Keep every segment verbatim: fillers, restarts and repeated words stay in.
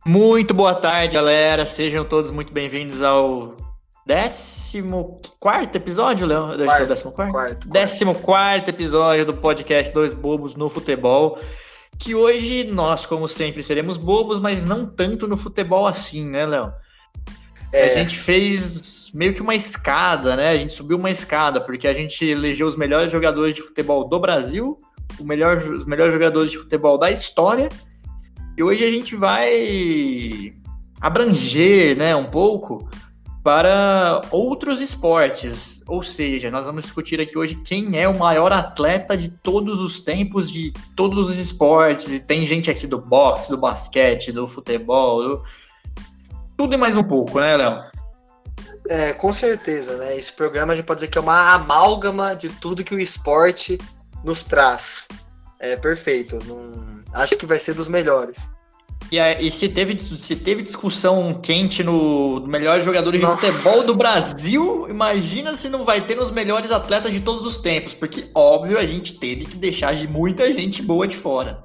Muito boa tarde, galera. Sejam todos muito bem-vindos ao décimo quarto episódio, Léo? Deve ser o décimo quarto? Quarto, décimo quarto episódio do podcast Dois Bobos no Futebol. Que hoje nós, como sempre, seremos bobos, mas não tanto no futebol assim, né, Léo? É. A gente fez meio que uma escada, né? A gente subiu uma escada, porque a gente elegeu os melhores jogadores de futebol do Brasil, o melhor, os melhores jogadores de futebol da história. E hoje a gente vai abranger, né, um pouco para outros esportes. Ou seja, nós vamos discutir aqui hoje quem é o maior atleta de todos os tempos, de todos os esportes. E tem gente aqui do boxe, do basquete, do futebol, do... tudo e mais um pouco, né, Léo? É, com certeza, né? Esse programa a gente pode dizer que é uma amálgama de tudo que o esporte nos traz. É perfeito. Não... Acho que vai ser dos melhores. E, e se, teve, se teve discussão quente no melhores jogadores de futebol do Brasil, imagina se não vai ter nos melhores atletas de todos os tempos. Porque, óbvio, a gente teve que deixar de muita gente boa de fora.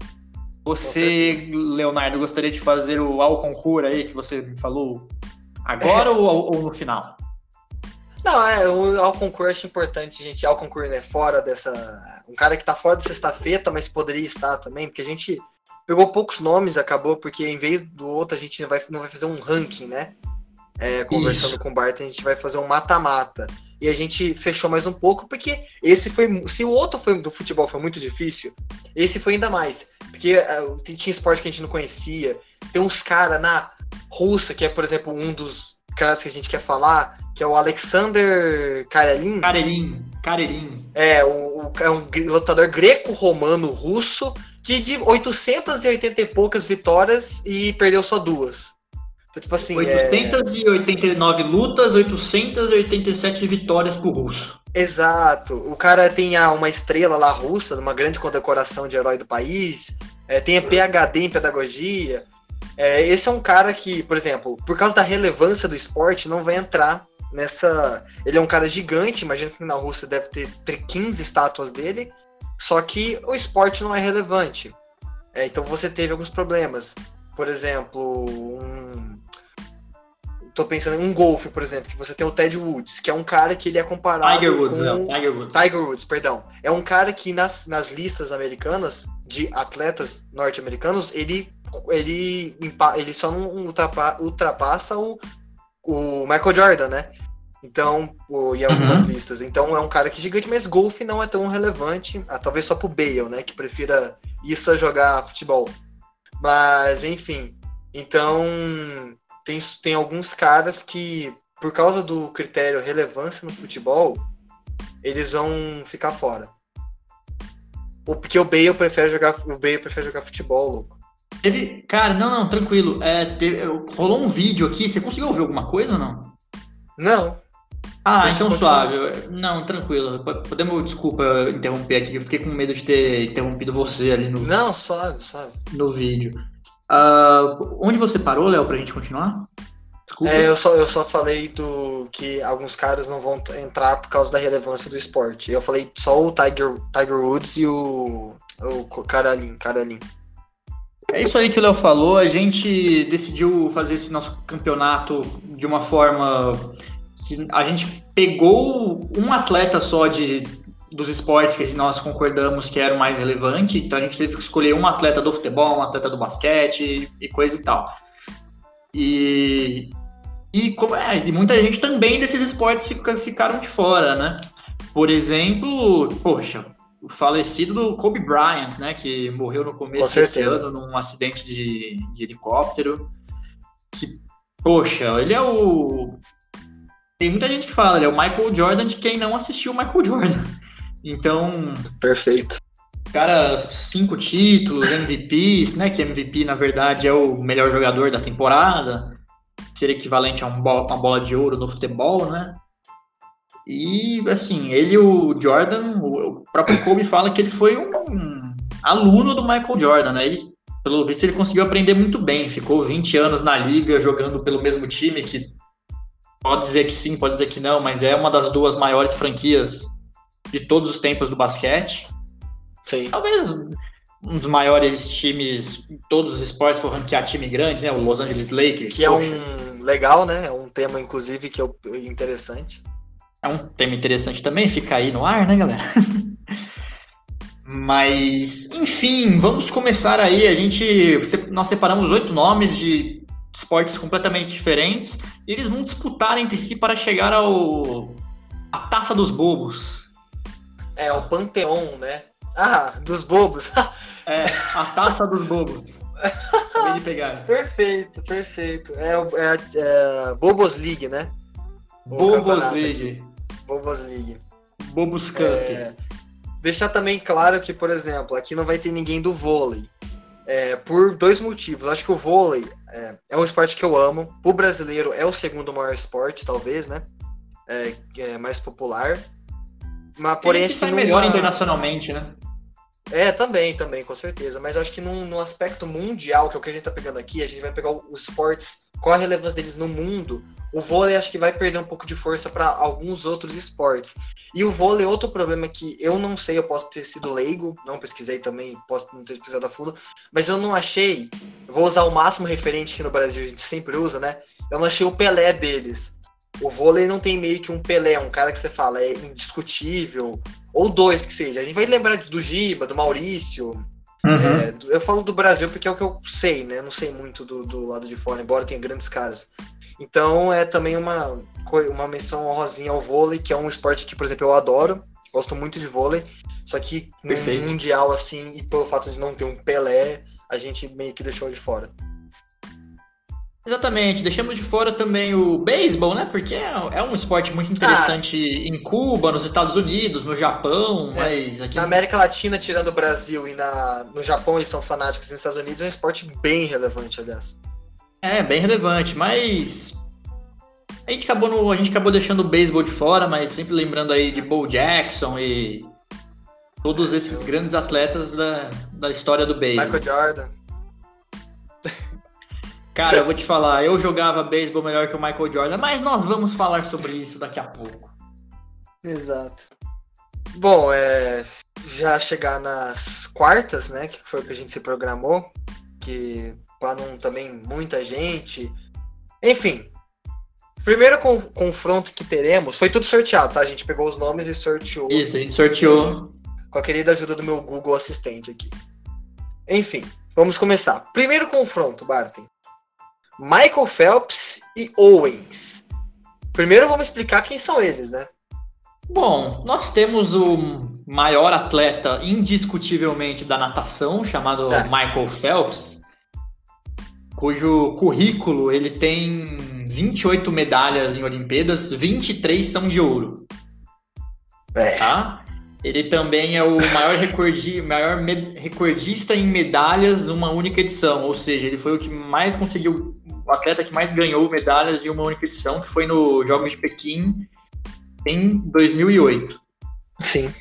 Você, Leonardo, gostaria de fazer o ao concurso aí que você me falou agora ou, ou no final? Não, é, o ao concurso acho importante, gente. Ao concurso, né? Fora dessa. Um cara que tá fora dessa estafeta, mas poderia estar também, porque a gente pegou poucos nomes, acabou, porque em vez do outro a gente não vai, não vai fazer um ranking, né? É, conversando Isso. com o Bart, a gente vai fazer um mata-mata. E a gente fechou mais um pouco, porque esse foi. Se o outro foi, do futebol foi muito difícil, esse foi ainda mais. Porque uh, tinha esporte que a gente não conhecia. Tem uns caras na Rússia, que é, por exemplo, um dos caras que a gente quer falar, que é o Alexander Karelin. Karelin, Karelin. É, o, o, é um lutador greco-romano russo, que de oitocentas e oitenta e poucas vitórias e perdeu só duas. Então, tipo assim, oitocentas e oitenta e nove é... lutas, oitocentas e oitenta e sete vitórias pro russo. Exato. O cara tem ah, uma estrela lá russa, uma grande condecoração de herói do país, é, tem P H D em pedagogia. É, esse é um cara que, por exemplo, por causa da relevância do esporte, não vai entrar nessa... Ele é um cara gigante, imagino que na Rússia deve ter quinze estátuas dele, só que o esporte não é relevante. É, então você teve alguns problemas. Por exemplo, um... tô pensando em um golfe, por exemplo, que você tem o Ted Woods, que é um cara que ele é comparado Tiger Woods, com... não, Tiger Woods. Tiger Woods, perdão. É um cara que nas, nas listas americanas, de atletas norte-americanos, ele, ele, ele só não ultrapa, ultrapassa o, o Michael Jordan, né? Então, o, em algumas uhum. listas. Então é um cara que é gigante, mas golfe não é tão relevante, ah, talvez só pro Bale, né? Que prefira isso a jogar futebol. Mas, enfim. Então, tem, tem alguns caras que, por causa do critério relevância no futebol, eles vão ficar fora. Porque o Bale prefere jogar, o Bale prefere jogar futebol, louco. Teve, cara, não, não, tranquilo. É, teve, rolou um vídeo aqui, você conseguiu ouvir alguma coisa ou não? Não. Ah, Deixa então suave. Não, tranquilo. Podemos, desculpa interromper aqui, eu fiquei com medo de ter interrompido você ali no... Não, suave, suave. No vídeo. Uh, onde você parou, Léo, pra gente continuar? Desculpa. É, eu só, eu só falei do que alguns caras não vão entrar por causa da relevância do esporte. Eu falei só o Tiger, Tiger Woods e o, o Karelin, Karelin. É isso aí que o Léo falou. A gente decidiu fazer esse nosso campeonato de uma forma que a gente pegou um atleta só de, dos esportes que nós concordamos que era o mais relevante. Então a gente teve que escolher um atleta do futebol, um atleta do basquete e coisa e tal. E, e, como é, e muita gente também desses esportes fica, ficaram de fora, né? Por exemplo, poxa, o falecido do Kobe Bryant, né? Que morreu no começo desse ano num acidente de, de helicóptero. Que, poxa, ele é o... Tem muita gente que fala, ele é o Michael Jordan de quem não assistiu o Michael Jordan. Então... Perfeito. Cara, cinco títulos, M V Ps, né? Que M V P, na verdade, é o melhor jogador da temporada. Seria equivalente a um bo- uma bola de ouro no futebol, né? E, assim, ele, o Jordan, o próprio Kobe fala que ele foi um aluno do Michael Jordan, né? Ele, pelo visto, ele conseguiu aprender muito bem. Ficou vinte anos na liga jogando pelo mesmo time, que pode dizer que sim, pode dizer que não, mas é uma das duas maiores franquias de todos os tempos do basquete. Sim. Talvez um dos maiores times em todos os esportes, for ranquear time grande, né? O Los Angeles Lakers. Que poxa. É um legal, né? É um tema, inclusive, que é interessante. É um tema interessante também, fica aí no ar, né, galera? Mas, enfim, vamos começar aí. A gente, nós separamos oito nomes de esportes completamente diferentes e eles vão disputar entre si para chegar ao a Taça dos Bobos. É, o Panteão, né? Ah, dos bobos. É, a Taça dos Bobos. Acabei de pegar. Perfeito, perfeito. É, é, é Bobos League, né? Bobos League. Bobos League. Bobos Cup. É, deixar também claro que, por exemplo, aqui não vai ter ninguém do vôlei. É, por dois motivos. Acho que o vôlei é, é um esporte que eu amo. O brasileiro é o segundo maior esporte, talvez, né? É, é mais popular. Mas, porém, acho que sai melhor internacionalmente, né? É, também, também, com certeza. Mas eu acho que num, num aspecto mundial, que é o que a gente tá pegando aqui, a gente vai pegar os esportes, qual a relevância deles no mundo. O vôlei acho que vai perder um pouco de força para alguns outros esportes. E o vôlei, outro problema que eu não sei, eu posso ter sido leigo, não pesquisei também, posso não ter pesquisado a fundo, mas eu não achei, vou usar o máximo referente que no Brasil a gente sempre usa, né? Eu não achei o Pelé deles. O vôlei não tem meio que um Pelé, um cara que você fala, é indiscutível, ou dois que seja. A gente vai lembrar do Giba, do Maurício. Uhum. É, eu falo do Brasil porque é o que eu sei, né? Eu não sei muito do, do lado de fora, embora tenha grandes caras. Então é também uma, uma menção honrosinha ao vôlei, que é um esporte que, por exemplo, eu adoro. Gosto muito de vôlei. Só que no Perfeito. Mundial, assim, e pelo fato de não ter um Pelé, a gente meio que deixou de fora. Exatamente, deixamos de fora também o beisebol, né? Porque é um esporte muito interessante ah, em Cuba, nos Estados Unidos, no Japão, é, mas aqui... Na América Latina, tirando o Brasil e na, no Japão, eles são fanáticos, nos Estados Unidos é um esporte bem relevante, aliás. É, bem relevante, mas... A gente acabou, no, a gente acabou deixando o beisebol de fora, mas sempre lembrando aí de Bo Jackson e todos esses grandes atletas da, da história do beisebol. Michael Jordan. Cara, eu vou te falar, eu jogava beisebol melhor que o Michael Jordan, mas nós vamos falar sobre isso daqui a pouco. Exato. Bom, é, já chegar nas quartas, né, que foi o que a gente se programou, que para não também muita gente. Enfim, primeiro com, confronto que teremos, foi tudo sorteado, tá? A gente pegou os nomes e sorteou. Isso, a gente sorteou. Com a querida ajuda do meu Google Assistente aqui. Enfim, vamos começar. Primeiro confronto, Barton. Michael Phelps e Owens. Primeiro vamos explicar quem são eles, né? Bom, nós temos o maior atleta indiscutivelmente da natação, chamado é. Michael Phelps, cujo currículo ele tem vinte e oito medalhas em Olimpíadas, vinte e três são de ouro. É. Tá? Ele também é o maior, recordi, maior med, recordista em medalhas numa única edição, ou seja, ele foi o que mais conseguiu, o atleta que mais ganhou medalhas em uma única edição, que foi nos Jogos de Pequim em dois mil e oito. Sim.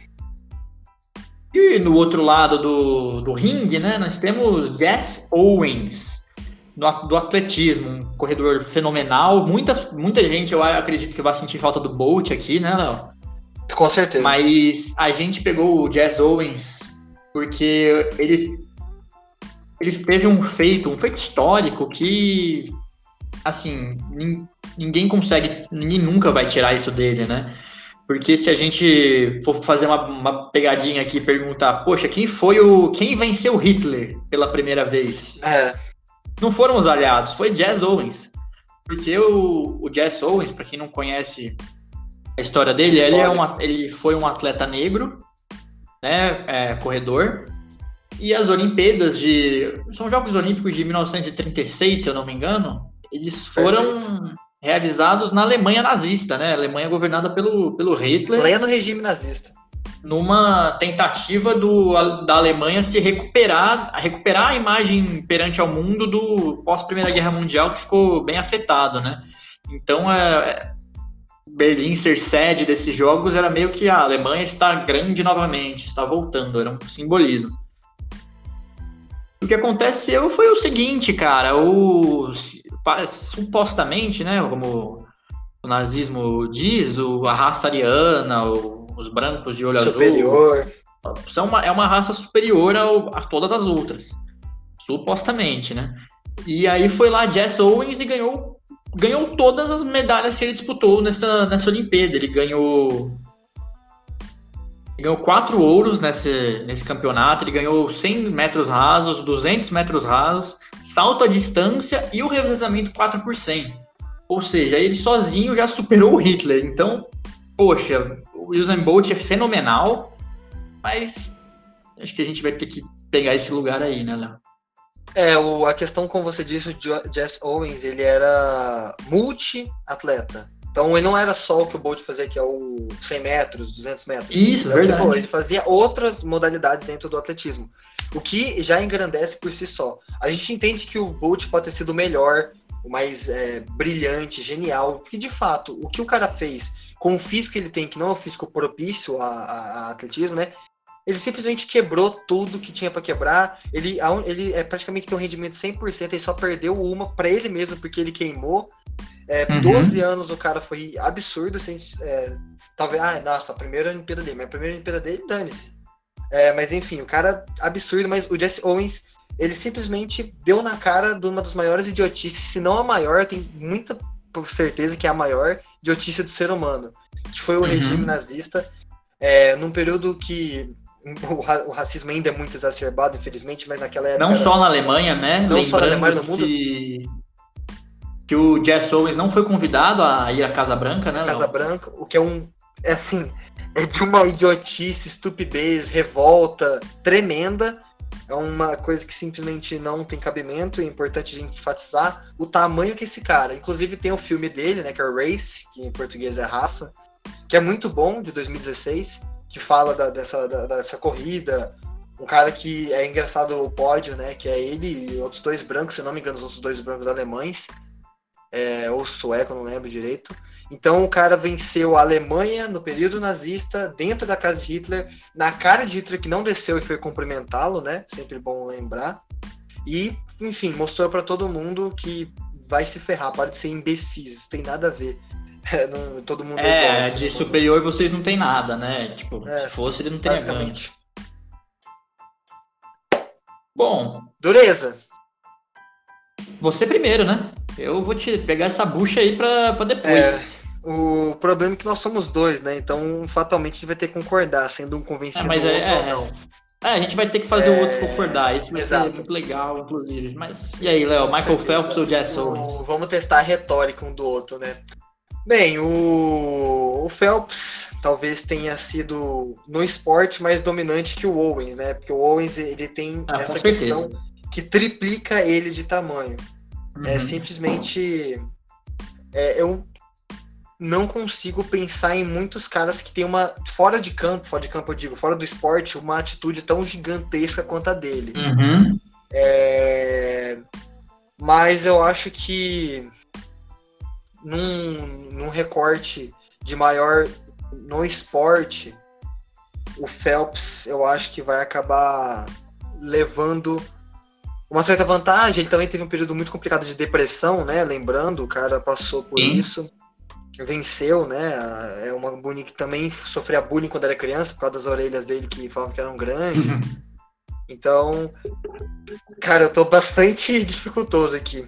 E no outro lado do, do ringue, né, nós temos Jesse Owens, do, do atletismo, um corredor fenomenal. Muitas, muita gente, eu acredito que vai sentir falta do Bolt aqui, né, Léo? Com certeza. Mas a gente pegou o Jesse Owens porque ele, ele teve um feito, um feito histórico que, assim, ninguém consegue, ninguém nunca vai tirar isso dele, né? Porque se a gente for fazer uma, uma pegadinha aqui e perguntar, poxa, quem foi o, quem venceu Hitler pela primeira vez? É. Não foram os aliados, foi Jesse Owens. Porque o, o Jesse Owens, para quem não conhece a história dele, ele, é uma, ele foi um atleta negro, né, é, corredor, e as Olimpíadas de... São Jogos Olímpicos de mil novecentos e trinta e seis, se eu não me engano, eles foram Perfeito. realizados na Alemanha nazista, né, Alemanha governada pelo, pelo Hitler. Pleno regime nazista. Numa tentativa do, da Alemanha se recuperar, recuperar a imagem perante ao mundo do pós-Primeira Guerra Mundial, que ficou bem afetado, né. Então, é... Berlim ser sede desses jogos era meio que a Alemanha está grande novamente, está voltando, era um simbolismo. O que aconteceu foi o seguinte, cara, o, supostamente, né, como o nazismo diz, o, a raça ariana, o, os brancos de olho superior. azul, são uma, é uma raça superior ao, a todas as outras, supostamente, né? E aí foi lá Jesse Owens e ganhou, ganhou todas as medalhas que ele disputou nessa, nessa Olimpíada. Ele ganhou, ele ganhou quatro ouros nesse, nesse campeonato, ele ganhou cem metros rasos, duzentos metros rasos, salto à distância e o revezamento quatro por cem. Ou seja, ele sozinho já superou o Hitler. Então, poxa, o Usain Bolt é fenomenal, mas acho que a gente vai ter que pegar esse lugar aí, né, Léo? É, o, a questão, como você disse, o Jesse Owens, ele era multi-atleta. Então, ele não era só o que o Bolt fazia, que é o cem metros, duzentos metros. Isso, então, verdade. Tipo, ele fazia outras modalidades dentro do atletismo, o que já engrandece por si só. A gente entende que o Bolt pode ter sido o melhor, o mais é, brilhante, genial, porque, de fato, o que o cara fez com o físico que ele tem, que não é o físico propício a, a, a atletismo, né? Ele simplesmente quebrou tudo que tinha para quebrar. Ele, ele é, praticamente tem um rendimento cem por cento, ele só perdeu uma para ele mesmo, porque ele queimou. É, uhum. doze anos o cara foi absurdo. Assim, é, talvez, ah, nossa, a primeira Olimpíada dele, mas a primeira Olimpíada dele, dane-se. É, mas enfim, o cara absurdo, mas o Jesse Owens, ele simplesmente deu na cara de uma das maiores idiotices, se não a maior, tem muita certeza que é a maior idiotice do ser humano, que foi o uhum. regime nazista, é, num período que O, ra- o racismo ainda é muito exacerbado, infelizmente, mas naquela época... Não era... só na Alemanha, né? Não Lembrando só na Alemanha, no mundo. Que... que o Jesse Owens não foi convidado a ir à Casa Branca, né? Casa Branca, o que é um... É assim, é de uma idiotice, estupidez, revolta tremenda. É uma coisa que simplesmente não tem cabimento. É importante a gente enfatizar o tamanho que esse cara... Inclusive tem o filme dele, né? Que é o Race, que em português é Raça, que é muito bom, de dois mil e dezesseis, que fala da, dessa, da, dessa corrida, um cara que é engraçado o pódio, né, que é ele e outros dois brancos, se não me engano, os outros dois brancos alemães, é, ou sueco, não lembro direito. Então o cara venceu a Alemanha no período nazista, dentro da casa de Hitler, na cara de Hitler, que não desceu e foi cumprimentá-lo, né, sempre bom lembrar, e, enfim, mostrou para todo mundo que vai se ferrar, para de ser imbecis, tem nada a ver. É, não, todo mundo é, é igual, assim, de superior vocês não tem nada, né? Tipo, é, se fosse ele não teria ganho. Bom. Dureza. Você primeiro, né? Eu vou te pegar essa bucha aí pra, pra depois. É, o problema é que nós somos dois, né? Então, fatalmente, a gente vai ter que concordar, sendo um convencido é, mas do é, outro é, ou não. É, a gente vai ter que fazer é, o outro concordar. Isso vai exato. ser muito legal, inclusive. Mas e aí, Léo? Michael Phelps ou Jesse Owens? O, vamos testar a retórica um do outro, né? Bem, o, o Phelps talvez tenha sido no esporte mais dominante que o Owens, né? Porque o Owens ele tem ah, essa questão que triplica ele de tamanho. Uhum. É simplesmente... É, eu não consigo pensar em muitos caras que tem uma... Fora de campo, fora de campo eu digo, fora do esporte, uma atitude tão gigantesca quanto a dele. Uhum. É, mas eu acho que... Num, num recorte de maior no esporte, o Phelps eu acho que vai acabar levando uma certa vantagem. Ele também teve um período muito complicado de depressão, né? Lembrando, o cara passou por Sim. isso, venceu, né? É uma bullying que também sofria bullying quando era criança, por causa das orelhas dele que falavam que eram grandes. Então, cara, eu tô bastante dificultoso aqui.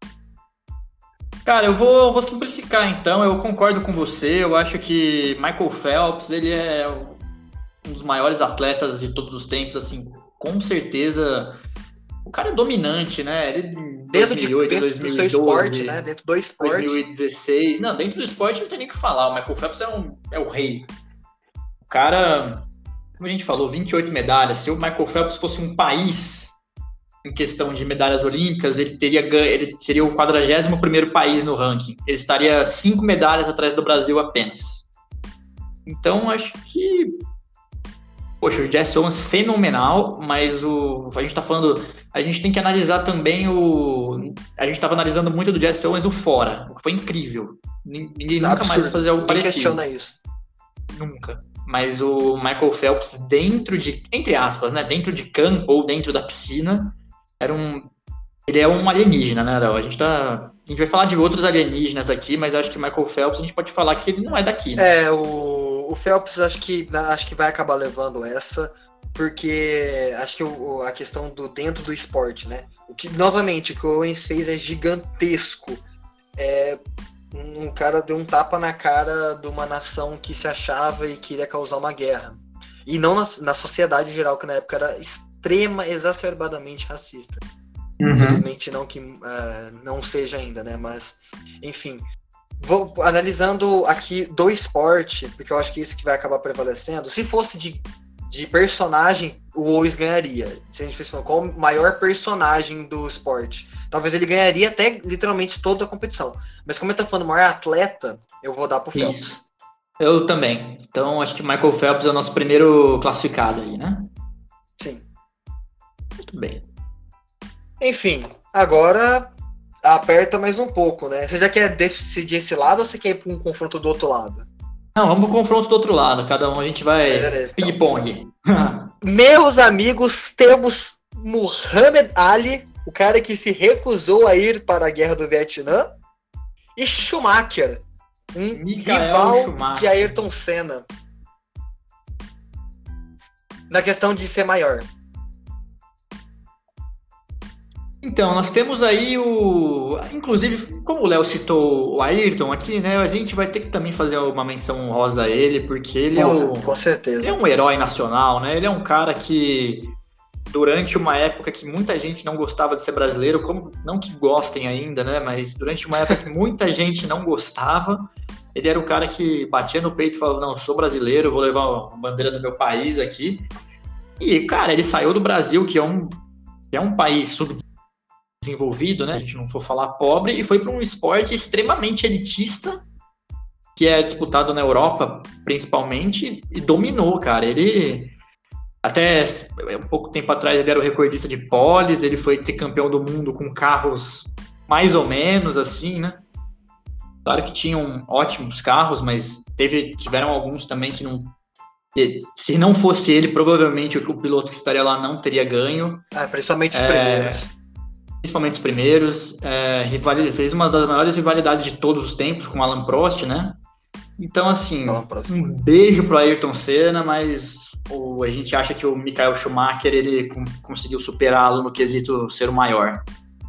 Cara, eu vou, vou simplificar então, eu concordo com você, eu acho que Michael Phelps, ele é um dos maiores atletas de todos os tempos, assim, com certeza, o cara é dominante, né, ele dentro dois mil e oito, de, dentro dois mil e doze, do seu esporte, né, dentro do esporte. dois mil e dezesseis, não, dentro do esporte não tem nem o que falar, o Michael Phelps é, um, é o rei, o cara, como a gente falou, vinte e oito medalhas, se o Michael Phelps fosse um país... em questão de medalhas olímpicas, ele teria ele seria o quadragésimo primeiro país no ranking. Ele estaria cinco medalhas atrás do Brasil apenas. Então, acho que... Poxa, o Jesse Owens fenomenal, mas o... a gente tá falando... A gente tem que analisar também o... A gente tava analisando muito do Jesse Owens o fora, o que foi incrível. Ninguém nunca Absurdo. mais vai fazer algo Ninguém parecido. questiona isso. Nunca. Mas o Michael Phelps dentro de... Entre aspas, né? Dentro de campo ou dentro da piscina... Era um, ele é um alienígena, né, Léo? A gente tá, a gente vai falar de outros alienígenas aqui, mas acho que o Michael Phelps a gente pode falar que ele não é daqui, né? É, o, o, o Phelps acho que, acho que vai acabar levando essa, porque acho que o, a questão do dentro do esporte, né? O que, novamente, o que o Owens fez é gigantesco. É, um cara deu um tapa na cara de uma nação que se achava e queria causar uma guerra. E não na, na sociedade em geral, que na época era extrema, exacerbadamente racista. Uhum. Infelizmente não que uh, não seja ainda, né? Mas, enfim. Vou analisando aqui do esporte, porque eu acho que isso que vai acabar prevalecendo. Se fosse de, de personagem, o Owens ganharia. Se a gente fosse falando qual o maior personagem do esporte, talvez ele ganharia até literalmente toda a competição. Mas como eu tô falando maior atleta, eu vou dar pro Phelps. Isso. Eu também. Então acho que Michael Phelps é o nosso primeiro classificado aí, né? Sim. Muito bem. Enfim, agora aperta mais um pouco, né? Você já quer decidir esse lado ou você quer ir para um confronto do outro lado? Não, vamos pro confronto do outro lado. Cada um a gente vai é, ping-pong. Então. Meus amigos, temos Muhammad Ali, o cara que se recusou a ir para a Guerra do Vietnã, e Schumacher, um Michael rival Schumacher. De Ayrton Senna. Na questão de ser maior. Então, nós temos aí o... Inclusive, como o Léo citou o Ayrton aqui, né? A gente vai ter que também fazer uma menção honrosa a ele, porque ele oh, é o... Com certeza. Ele é um herói nacional, né? Ele é um cara que, durante uma época que muita gente não gostava de ser brasileiro, como não que gostem ainda, né? Mas durante uma época que muita gente não gostava, ele era o cara que batia no peito e falava, não, eu sou brasileiro, vou levar a bandeira do meu país aqui. E, cara, ele saiu do Brasil, que é um, que é um país subdesenvolvido, desenvolvido, né? A gente não for falar pobre, e foi para um esporte extremamente elitista, que é disputado na Europa, principalmente, e dominou, cara. Ele, até um pouco tempo atrás, ele era o recordista de poles, ele foi ter campeão do mundo com carros mais ou menos, assim, né? Claro que tinham ótimos carros, mas teve, tiveram alguns também que não... Se não fosse ele, provavelmente o piloto que estaria lá não teria ganho. Ah, principalmente os é... primeiros. Principalmente os primeiros, é, rival... fez uma das maiores rivalidades de todos os tempos com Alan Prost, né? Então, assim, um beijo pro Ayrton Senna, mas o... a gente acha que o Michael Schumacher, ele conseguiu superá-lo no quesito ser o maior.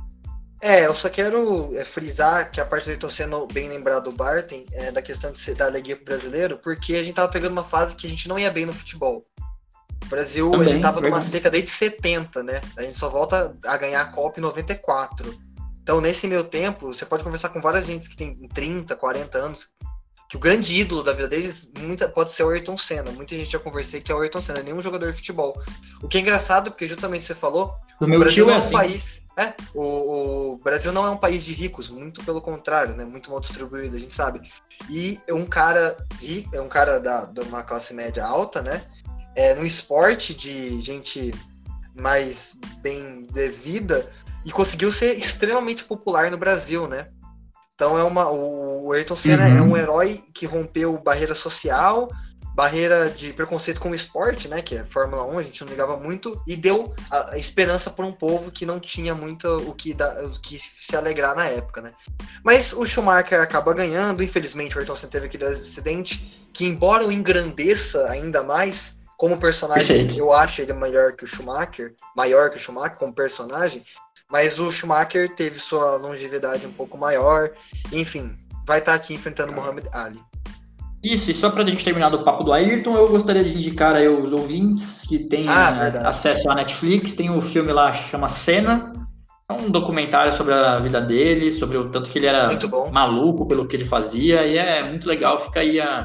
É, eu só quero frisar que a parte do Ayrton Senna, bem lembrado do Barton, é da questão de ser da alegria pro brasileiro, porque a gente tava pegando uma fase que a gente não ia bem no futebol. O Brasil, também, ele estava numa seca desde setenta, né? A gente só volta a ganhar a Copa em noventa e quatro. Então, nesse meio tempo, você pode conversar com várias gente que tem trinta, quarenta anos, que o grande ídolo da vida deles muita, pode ser o Ayrton Senna. Muita gente já conversei que é o Ayrton Senna, nenhum jogador de futebol. O que é engraçado, porque justamente você falou, o, o meu Brasil tio não é um assim. país... É, o, o Brasil não é um país de ricos, muito pelo contrário, né? Muito mal distribuído, a gente sabe. E um cara rico, é um cara da, de uma classe média alta, né? É, no esporte de gente mais bem devida e conseguiu ser extremamente popular no Brasil, né? Então é uma, o Ayrton Senna uhum. é um herói que rompeu barreira social, barreira de preconceito com o esporte, né? Que é Fórmula um, a gente não ligava muito, e deu a, a esperança para um povo que não tinha muito o que, da, o que se alegrar na época, né? Mas o Schumacher acaba ganhando, infelizmente o Ayrton Senna teve aquele acidente que, embora o engrandeça ainda mais, como personagem, Perfeito. Eu acho ele melhor que o Schumacher, maior que o Schumacher como personagem, mas o Schumacher teve sua longevidade um pouco maior, enfim, vai estar aqui enfrentando o Muhammad Ali. Isso, e só para a gente terminar do papo do Ayrton, eu gostaria de indicar aí os ouvintes que têm ah, acesso à Netflix, tem um filme lá que chama Senna, é um documentário sobre a vida dele, sobre o tanto que ele era maluco pelo que ele fazia, e é muito legal, fica aí a...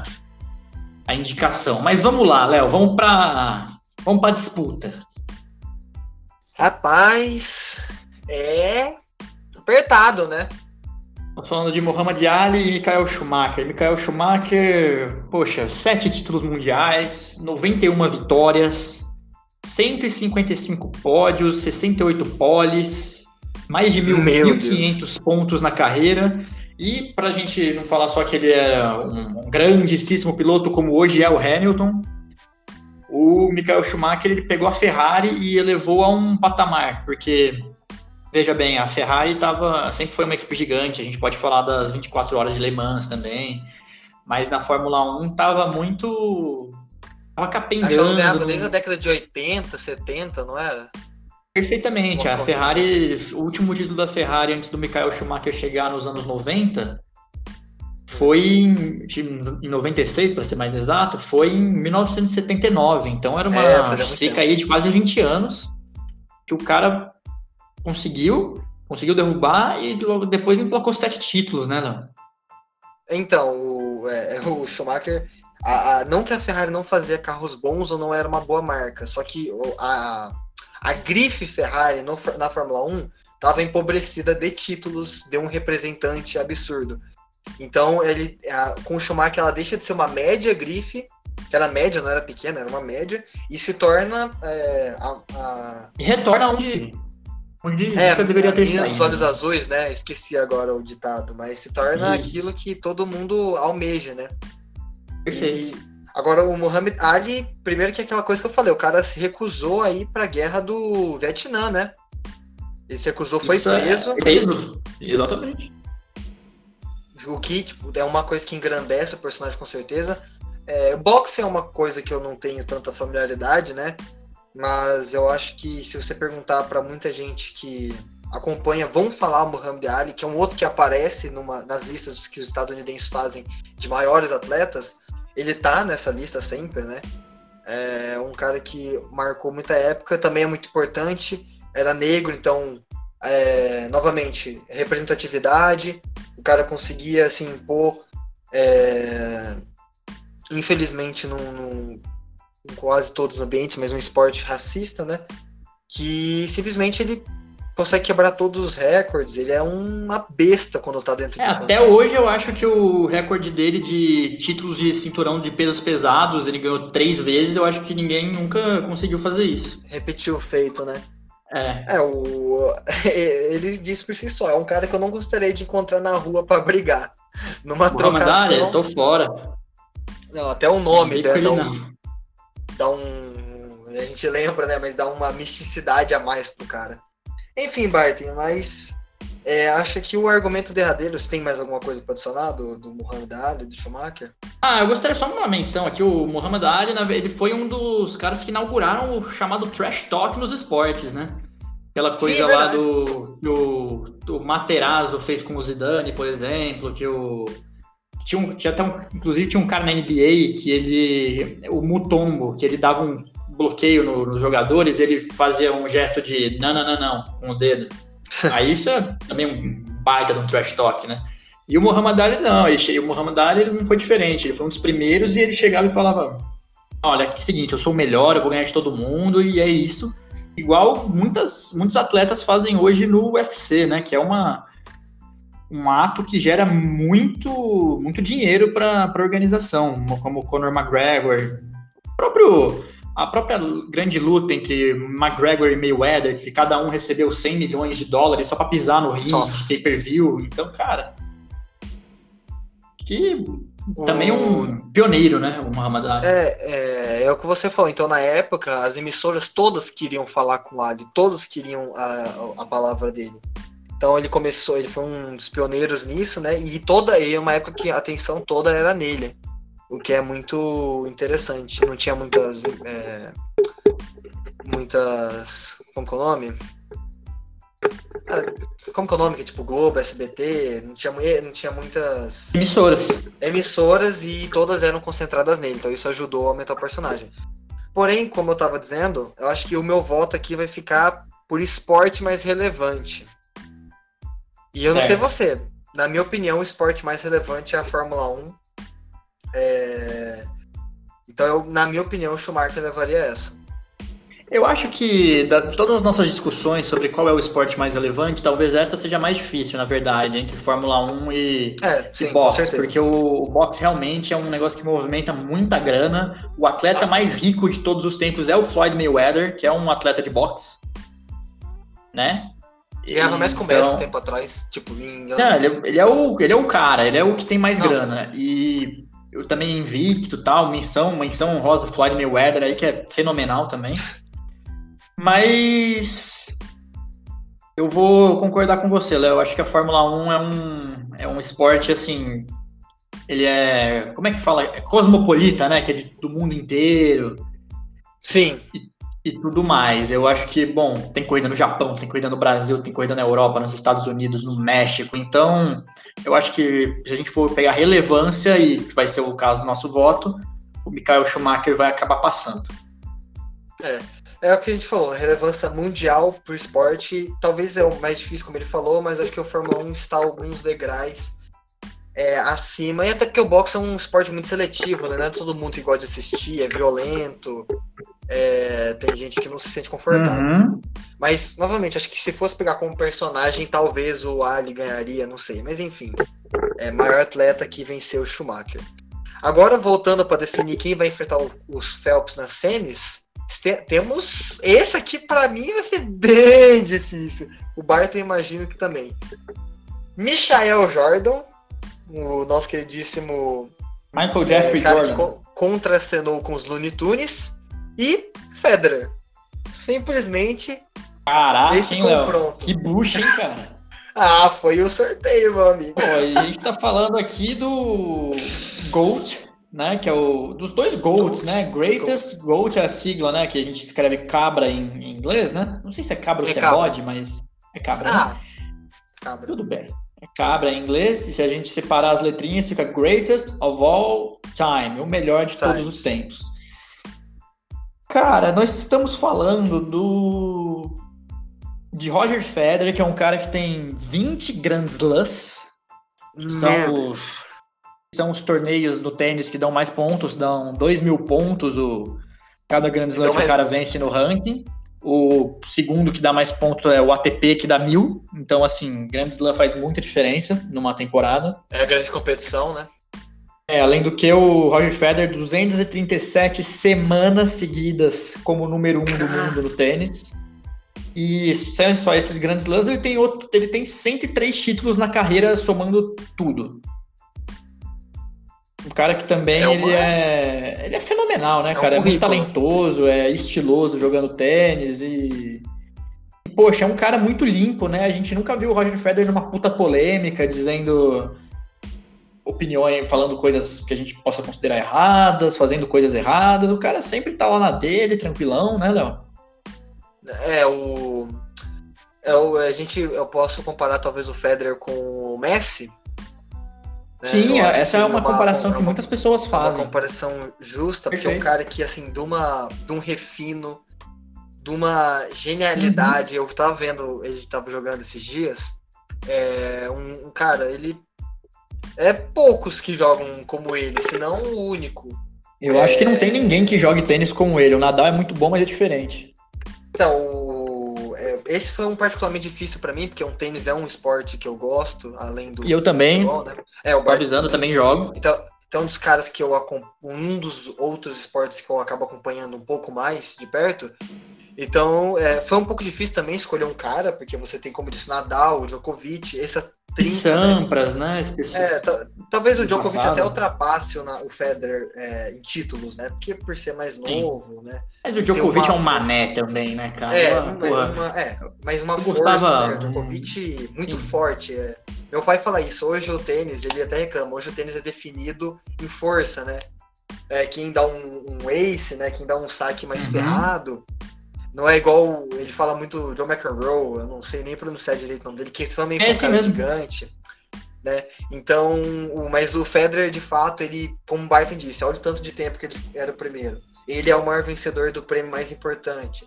a indicação. Mas vamos lá, Léo, vamos para vamos para disputa. Rapaz, é apertado, né? Estamos falando de Muhammad Ali e Michael Schumacher. Michael Schumacher, poxa, sete títulos mundiais, noventa e uma vitórias, cento e cinquenta e cinco pódios, sessenta e oito poles, mais de mil e quinhentos pontos na carreira. E para a gente não falar só que ele era um grandíssimo piloto, como hoje é o Hamilton, o Michael Schumacher ele pegou a Ferrari e elevou a um patamar, porque, veja bem, a Ferrari tava, sempre foi uma equipe gigante, a gente pode falar das vinte e quatro horas de Le Mans também, mas na Fórmula um tava muito... tava capengando. Acho que ela ganhava desde a década de oitenta, setenta, não era? Perfeitamente. Uma A corrida. Ferrari, o último título da Ferrari antes do Michael Schumacher chegar nos anos noventa, foi em, em noventa e seis, para ser mais exato, foi em mil novecentos e setenta e nove. Então era uma É, fazia muito seca tempo. aí de quase vinte anos que o cara conseguiu, conseguiu derrubar e logo depois emplacou sete títulos, né, Léo? Então, o, é, o Schumacher, a, a- não que a Ferrari não fazia carros bons ou não era uma boa marca, só que o- a, a grife Ferrari no, na Fórmula um estava empobrecida de títulos de um representante absurdo. Então, ele, a, com o Schumacher, ela deixa de ser uma média grife, que era média, não era pequena, era uma média, e se torna é, a, a, E retorna onde, onde é, nunca deveria a ter menina dos saído. olhos azuis, né? Esqueci agora o ditado, mas se torna Isso. aquilo que todo mundo almeja, né? Perfeito. E agora o Muhammad Ali, primeiro que é aquela coisa que eu falei, o cara se recusou a ir pra guerra do Vietnã, né? Ele se recusou, foi Isso é preso, preso, exatamente. o que tipo, é uma coisa que engrandece o personagem com certeza. É, boxe é uma coisa que eu não tenho tanta familiaridade, né? Mas eu acho que se você perguntar pra muita gente que acompanha, vão falar o Muhammad Ali, que é um outro que aparece numa, nas listas que os estadunidenses fazem de maiores atletas. Ele tá nessa lista sempre, né? É um cara que marcou muita época, também é muito importante. Era negro, então, é, novamente, representatividade. O cara conseguia se impor, é, infelizmente, num, num, em quase todos os ambientes, mas um esporte racista, né? Que simplesmente ele consegue quebrar todos os recordes. Ele é uma besta quando tá dentro É, de campo. até hoje eu acho que o recorde dele de títulos de cinturão de pesos pesados, ele ganhou três vezes, eu acho que ninguém nunca conseguiu fazer isso. Repetiu o feito, né? É, É, o... ele disse por si só, é um cara que eu não gostaria de encontrar na rua pra brigar. Numa Muhammad Ali, trocação. tô fora. Não, até o nome Não dá, com dá, ele, um, não. dá um. A gente lembra, né? Mas dá uma misticidade a mais pro cara. Enfim, Barton, mas é, acha que o argumento derradeiro, se tem mais alguma coisa pra adicionar do, do Muhammad Ali, do Schumacher? Ah, eu gostaria só de uma menção aqui, o Muhammad Ali, na verdade, ele foi um dos caras que inauguraram o chamado trash talk nos esportes, né? Aquela Sim, coisa é lá verdade. do que o, o Materazzo fez com o Zidane, por exemplo, que o tinha, um, tinha até um, inclusive tinha um cara na N B A que ele, o Mutombo, que ele dava um bloqueio no- nos jogadores, ele fazia um gesto de não, não, não, não, com o dedo. Aí isso é também um baita de um trash talk, né? E o Muhammad Ali não, ele, che- o Muhammad Ali ele não foi diferente, ele foi um dos primeiros e ele chegava e falava: olha, é o seguinte, eu sou o melhor, eu vou ganhar de todo mundo e é isso. Igual muitas, muitos atletas fazem hoje no U F C, né? Que é uma, um ato que gera muito, muito dinheiro para a organização, como o Conor McGregor, o próprio, a própria grande luta entre McGregor e Mayweather, que cada um recebeu cem milhões de dólares só para pisar no ringue, Nossa. pay-per-view. Então, cara, que O- também um pioneiro, né? O Muhammad Ali. É, é, é o que você falou. Então, na época, as emissoras todas queriam falar com o Ali, todas queriam a, a palavra dele. Então, ele começou, ele foi um dos pioneiros nisso, né? E toda, e é uma época que a atenção toda era nele, o que é muito interessante. Não tinha muitas, é, muitas, como que é o nome? Ah, como que é o nome? Que é tipo Globo, S B T, não tinha, mu- não tinha muitas Emissoras. emissoras e todas eram concentradas nele, então isso ajudou a aumentar o personagem. Porém, como eu tava dizendo, eu acho que o meu voto aqui vai ficar por esporte mais relevante. E eu não sei Certo. você, na minha opinião, o esporte mais relevante é a Fórmula um. É... Então, eu, na minha opinião, o Schumacher levaria essa. Eu acho que da- de todas as nossas discussões sobre qual é o esporte mais relevante, talvez essa seja a mais difícil, na verdade, entre Fórmula um e, É, e sim, com boxe, certeza. porque o, o boxe realmente é um negócio que movimenta muita grana. O atleta mais rico de todos os tempos é o Floyd Mayweather, que é um atleta de boxe, né? Ganhava mais com o Então- Messi um tempo atrás, tipo, em... Não, ele, é- ele é o, ele é o cara, ele é o que tem mais Nossa. grana. E eu também invicto e tal, menção, menção honrosa Floyd Mayweather aí, que é fenomenal também. Mas eu vou concordar com você, Léo. Eu acho que a Fórmula um é um, é um esporte, assim, ele é, como é que fala? É cosmopolita, né? Que é de, do mundo inteiro. Sim. E, e tudo mais. Eu acho que, bom, tem corrida no Japão, tem corrida no Brasil, tem corrida na Europa, nos Estados Unidos, no México. Então, eu acho que se a gente for pegar relevância, e vai ser o caso do nosso voto, o Michael Schumacher vai acabar passando. É. É o que a gente falou, relevância mundial pro esporte, talvez é o mais difícil, como ele falou, mas acho que o Fórmula um está alguns degraus é, acima, e até porque o boxe é um esporte muito seletivo, né? Não é todo mundo que gosta de assistir, é violento, é, tem gente que não se sente confortável. Uhum. Mas, novamente, acho que se fosse pegar como personagem, talvez o Ali ganharia, não sei, mas enfim, é maior atleta que venceu o Schumacher. Agora, voltando para definir quem vai enfrentar os Phelps nas semis, temos esse aqui, para mim vai ser bem difícil. O Barton imagino que também. Michael Jordan, o nosso queridíssimo Michael Jeffrey é, cara Jordan, que co- contracenou com os Looney Tunes, e Federer. Simplesmente caraca, esse hein, confronto. Léo? Que bucha, hein, cara? Ah, foi o sorteio, meu amigo. Pô, e a gente tá falando aqui do GOAT, né? Que é o dos dois GOATs, Goat. né? Greatest GOAT é a sigla, né? Que a gente escreve cabra em, em inglês, né? Não sei se é cabra ou É se é cabra. bode, mas é cabra, né? Ah, cabra. Tudo bem. É cabra em inglês, e se a gente separar as letrinhas, fica Greatest of All Time, o melhor de todos Times. os tempos. Cara, nós estamos falando do de Roger Federer, que é um cara que tem vinte Grand Slams, que são os, são os torneios do tênis que dão mais pontos, dão dois mil pontos o, cada Grand Slam Dão que o mais cara pontos. vence no ranking. O segundo que dá mais pontos é o A T P, que dá mil. Então, assim, Grand Slam faz muita diferença numa temporada. É a grande competição, né? É, além do que o Roger Federer, duzentas e trinta e sete semanas seguidas como número um do mundo no tênis. E sem só esses grandes lãs, ele tem outro, ele tem cento e três títulos na carreira, somando tudo. Um cara que também É uma- ele, é, ele é fenomenal, né, É um cara? É muito currículo. talentoso, é estiloso jogando tênis e... e, poxa, é um cara muito limpo, né? A gente nunca viu o Roger Federer numa puta polêmica, dizendo opiniões, falando coisas que a gente possa considerar erradas, fazendo coisas erradas. O cara sempre tá lá na dele, tranquilão, né, Léo? É, o. É o a gente, eu posso comparar talvez o Federer com o Messi. né? Sim, Eu acho essa é assim, uma comparação é que uma- muitas pessoas é uma fazem. comparação justa, porque é um Perfeito. cara que, assim, de, uma, de um refino, de uma genialidade. Eu tava vendo, ele tava jogando esses dias. É um, um cara, ele. É poucos que jogam como ele, se não o único. Eu acho que não tem ninguém que jogue tênis como ele. O Nadal é muito bom, mas é diferente. Então, o- é, esse foi um particularmente difícil pra mim, porque um tênis é um esporte que eu gosto, além do E eu também. futebol, né? É, o Tô Bart avisando, também jogo. Então, então, um dos caras que eu acom- um dos outros esportes que eu acabo acompanhando um pouco mais de perto. Então, é, foi um pouco difícil também escolher um cara, porque você tem, como disse, Nadal, Djokovic, essa trinca, né? Sampras, né? As pessoas- É, ta- talvez o do Djokovic passado. até ultrapasse o, Na- o Federer é, em títulos, né? Porque por ser mais novo, né? Mas o Djokovic uma- é um mané também, né, cara? É, Uma- uma, porra. uma- é, mas uma Eu força, gostava- né? O Djokovic muito Sim. forte. É. Meu pai fala isso, hoje o tênis, ele até reclama, hoje o tênis é definido em força, né? É, quem dá um, um ace, né? Quem dá um saque mais Uhum. ferrado. Não é igual, ele fala muito John McEnroe, eu não sei nem pronunciar direito o nome dele, que também foi É um esse cara mesmo. gigante. Né? Então, o, mas o Federer, de fato, ele, como o Barton disse, olha o tanto de tempo que ele era o primeiro. Ele é o maior vencedor do prêmio mais importante.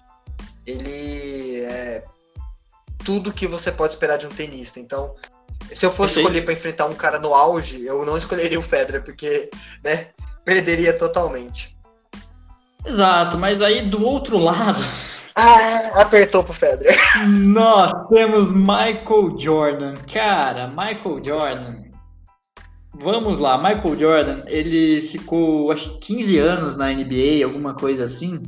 Ele é tudo que você pode esperar de um tenista. Então, se eu fosse Perfeito. escolher para enfrentar um cara no auge, eu não escolheria o Federer, porque, né, perderia totalmente. Exato, mas aí do outro lado, Ah, apertou pro Federer. nós temos Michael Jordan. Cara, Michael Jordan. Vamos lá, Michael Jordan, ele ficou, acho que quinze anos na N B A, alguma coisa assim.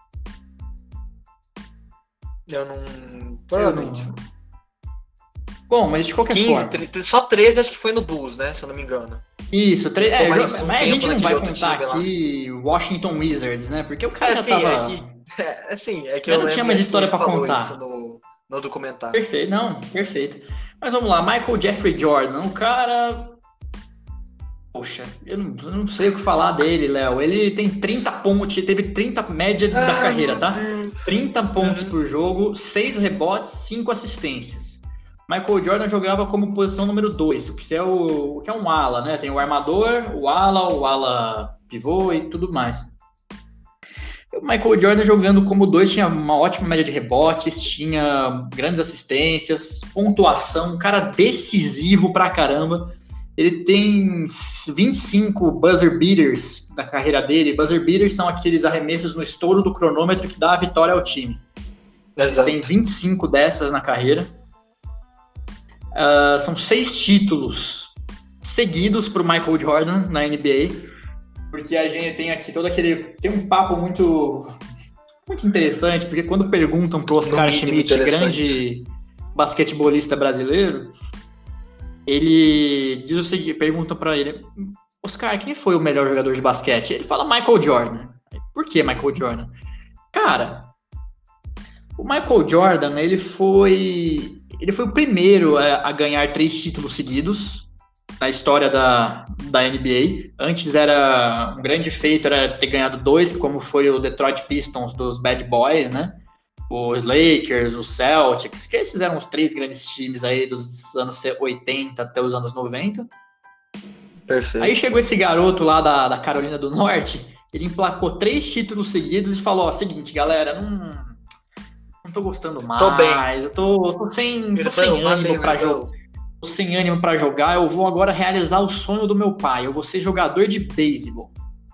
Eu não. Provavelmente. Eu não- Bom, mas de qualquer quinze, forma. trinta, só treze acho que foi no Bulls, né? Se eu não me engano. Isso, tre... Ficou é, mais jo- um mas a tempo gente não naquele vai outro contar time lá. aqui Washington Wizards, né? Porque o cara É, já assim, tava... é que, é, assim, é que Já eu não tinha lembro mais que história ele pra falou contar. isso no, no documentário. Perfeito, não, perfeito. Mas vamos lá, Michael Jeffrey Jordan, um cara Poxa, eu não, eu não sei o que falar dele, Léo. Ele tem trinta pontos, teve trinta média da Ai, carreira, meu tá? Deus. trinta pontos Uhum. por jogo, seis rebotes, cinco assistências. Michael Jordan jogava como posição número dois, o que é, o, o que é um ala, né? Tem o armador, o ala, o ala pivô e tudo mais. O Michael Jordan jogando como dois tinha uma ótima média de rebotes, tinha grandes assistências, pontuação, um cara decisivo pra caramba. Ele tem vinte e cinco buzzer beaters na carreira dele. Buzzer beaters são aqueles arremessos no estouro do cronômetro que dá a vitória ao time. Exato. Tem vinte e cinco dessas na carreira. Uh, são seis títulos seguidos para o Michael Jordan na N B A, porque a gente tem aqui todo aquele... Tem um papo muito, muito interessante, porque quando perguntam para o Oscar Schmidt, grande basquetebolista brasileiro, ele diz o seguinte, perguntam para ele: Oscar, quem foi o melhor jogador de basquete? Ele fala Michael Jordan. Por que Michael Jordan? Cara, o Michael Jordan, ele foi... Ele foi o primeiro a, a ganhar três títulos seguidos na história da, da N B A. Antes era um grande feito era ter ganhado dois, como foi o Detroit Pistons dos Bad Boys, né? Os Lakers, os Celtics, que esses eram os três grandes times aí dos anos oitenta até os anos noventa. Perfeito. Aí chegou esse garoto lá da, da Carolina do Norte, ele emplacou três títulos seguidos e falou: ó, seguinte, galera, não... Não tô gostando mais, Tô bem. eu tô, tô sem, tô sem ânimo pra jogar. Tô sem ânimo pra jogar, eu vou agora realizar o sonho do meu pai, eu vou ser jogador de beisebol.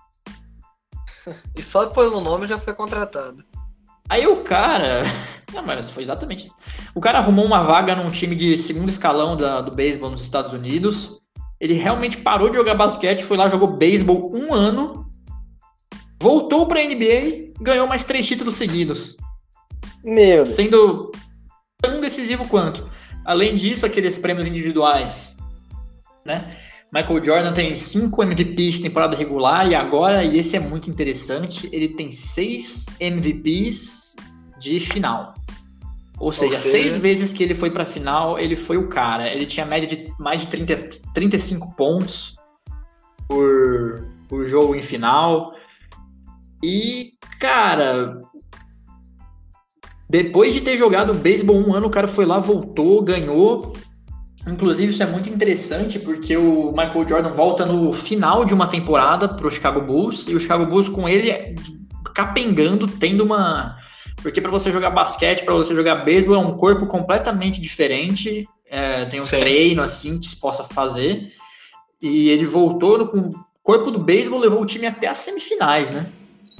E só pelo nome já foi contratado. Aí o cara... Não, mas foi exatamente isso. O cara arrumou uma vaga num time de segundo escalão da, do beisebol nos Estados Unidos. Ele realmente parou de jogar basquete, foi lá, jogou beisebol um ano, voltou pra N B A e ganhou mais três títulos seguidos. Meu Deus. Sendo tão decisivo quanto. Além disso, aqueles prêmios individuais, né? Michael Jordan tem cinco M V Ps de temporada regular e agora, e esse é muito interessante, ele tem seis M V Ps de final. Ou seja, Ou seja, seis vezes que ele foi pra final, ele foi o cara. Ele tinha média de mais de trinta, trinta e cinco pontos por, por jogo em final. E, cara... Depois de ter jogado beisebol um ano, o cara foi lá, voltou, ganhou. Inclusive, isso é muito interessante, porque o Michael Jordan volta no final de uma temporada pro Chicago Bulls, e o Chicago Bulls com ele capengando, tendo uma... Porque para você jogar basquete, para você jogar beisebol, é um corpo completamente diferente, é, tem um Sim. treino assim que se possa fazer, e ele voltou no, com o corpo do beisebol, levou o time até as semifinais, né?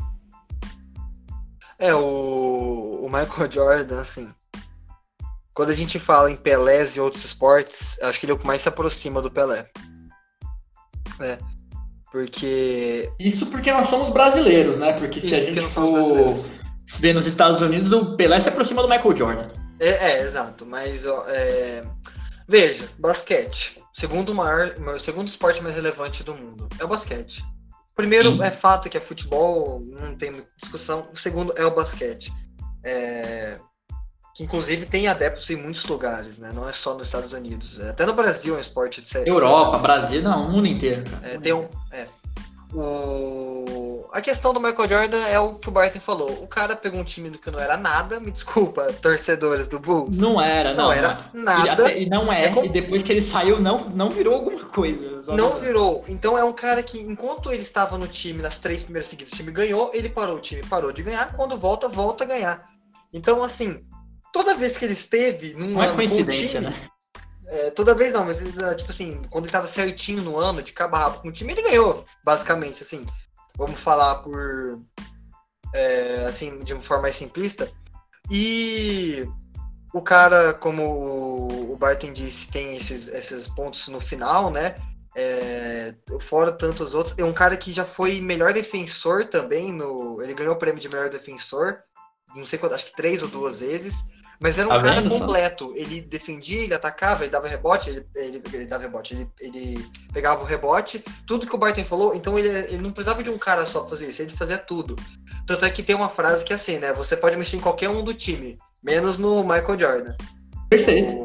É, o, o Michael Jordan, assim, quando a gente fala em Pelés e outros esportes, acho que ele é o que mais se aproxima do Pelé. É, porque... Isso porque nós somos brasileiros, né? Porque se Isso a gente for ver nos Estados Unidos, o Pelé se aproxima do Michael Jordan. É, é exato, mas ó, é... veja, basquete, segundo maior, segundo esporte mais relevante do mundo, é o basquete. Primeiro, Sim. é fato que é futebol, não tem muita discussão. O segundo é o basquete. É... Que, inclusive, tem adeptos em muitos lugares, né? Não é só nos Estados Unidos. Até no Brasil é um esporte de série. Europa, série. Brasil, não, o mundo inteiro. É, tem um... É. O... A questão do Michael Jordan é o que o Barton falou. O cara pegou um time que não era nada, me desculpa, torcedores do Bulls. Não era, não. Não era não. nada. E, até, e não é, é como... e depois que ele saiu, não, não virou alguma coisa. Não não virou. Então é um cara que, enquanto ele estava no time, nas três primeiras seguidas, o time ganhou, ele parou, o time parou de ganhar, quando volta, volta a ganhar. Então, assim, toda vez que ele esteve num não ano é coincidência, time, né? É, toda vez não, mas tipo assim, quando ele tava certinho no ano, de cabo a rabo com o time, ele ganhou, basicamente, assim. Vamos falar por, é, assim, de uma forma mais simplista. E o cara, como o Barton disse, tem esses, esses pontos no final, né? É, fora tantos outros. É um cara que já foi melhor defensor também. No, ele ganhou o prêmio de melhor defensor, não sei quanto, acho que três ou duas vezes. Mas era um tá cara completo. Só? Ele defendia, ele atacava, ele dava rebote, ele, ele, ele dava rebote, ele, ele pegava o rebote, tudo que o Barton falou. Então ele, ele não precisava de um cara só pra fazer isso, ele fazia tudo. Tanto é que tem uma frase que é assim, né? Você pode mexer em qualquer um do time, menos no Michael Jordan. Perfeito. O,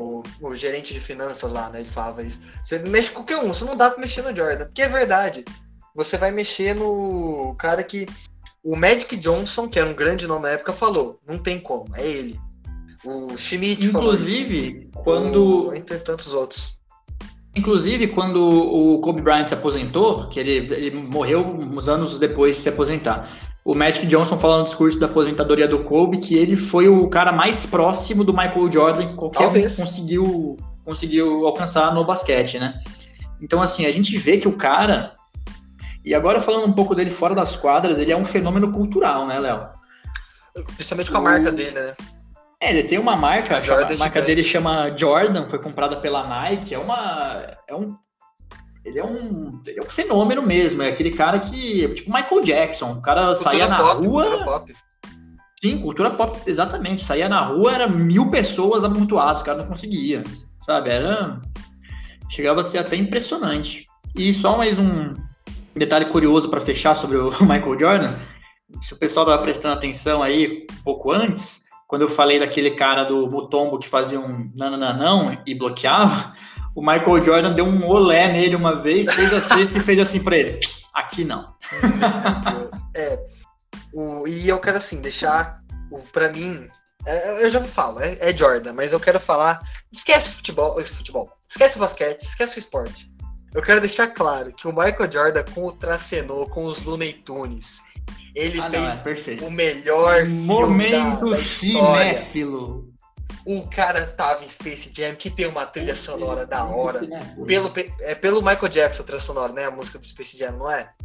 o gerente de finanças lá, né? Ele falava isso. Você mexe com qualquer um, você não dá pra mexer no Jordan. Porque é verdade. Você vai mexer no cara que... O Magic Johnson, que era um grande nome na época, falou. Não tem como, é ele. O Schmidt falou isso. Inclusive, quando... O, entre tantos outros. Inclusive, quando o Kobe Bryant se aposentou, que ele, ele morreu uns anos depois de se aposentar, o Magic Johnson falou no discurso da aposentadoria do Kobe que ele foi o cara mais próximo do Michael Jordan que qualquer Talvez. um conseguiu, conseguiu alcançar no basquete, né? Então, assim, a gente vê que o cara... E agora, falando um pouco dele fora das quadras, ele é um fenômeno cultural, né, Léo? Principalmente com a marca dele, né? É, ele tem uma marca, A a, Jordan a marca gigante. dele chama Jordan, foi comprada pela Nike, é uma... É um, ele é um, ele é um fenômeno mesmo, é aquele cara que, tipo Michael Jackson, o cara Cultura saía na pop, rua... cultura pop. Sim, cultura pop, exatamente, saía na rua, era mil pessoas amontoadas, o cara não conseguia, sabe, era... Chegava a ser até impressionante. E só mais um detalhe curioso para fechar sobre o Michael Jordan, se o pessoal estava prestando atenção aí um pouco antes, quando eu falei daquele cara do Mutombo que fazia um nananão e bloqueava, o Michael Jordan deu um olé nele uma vez, fez a cesta e fez assim pra ele, aqui não. Meu Deus. É, o, e eu quero assim, deixar, o, pra mim, é, eu já me falo, é, é Jordan, mas eu quero falar, esquece o futebol, esse futebol, esquece o basquete, esquece o esporte. Eu quero deixar claro que o Michael Jordan contracenou com os Looney Tunes. Ele Ah, fez não, é perfeito. o melhor Momento filme da, da história. cinéfilo. O cara tava em Space Jam, que tem uma trilha sonora da hora. Pelo, é pelo Michael Jackson, a trilha sonora, né? A música do Space Jam, não é?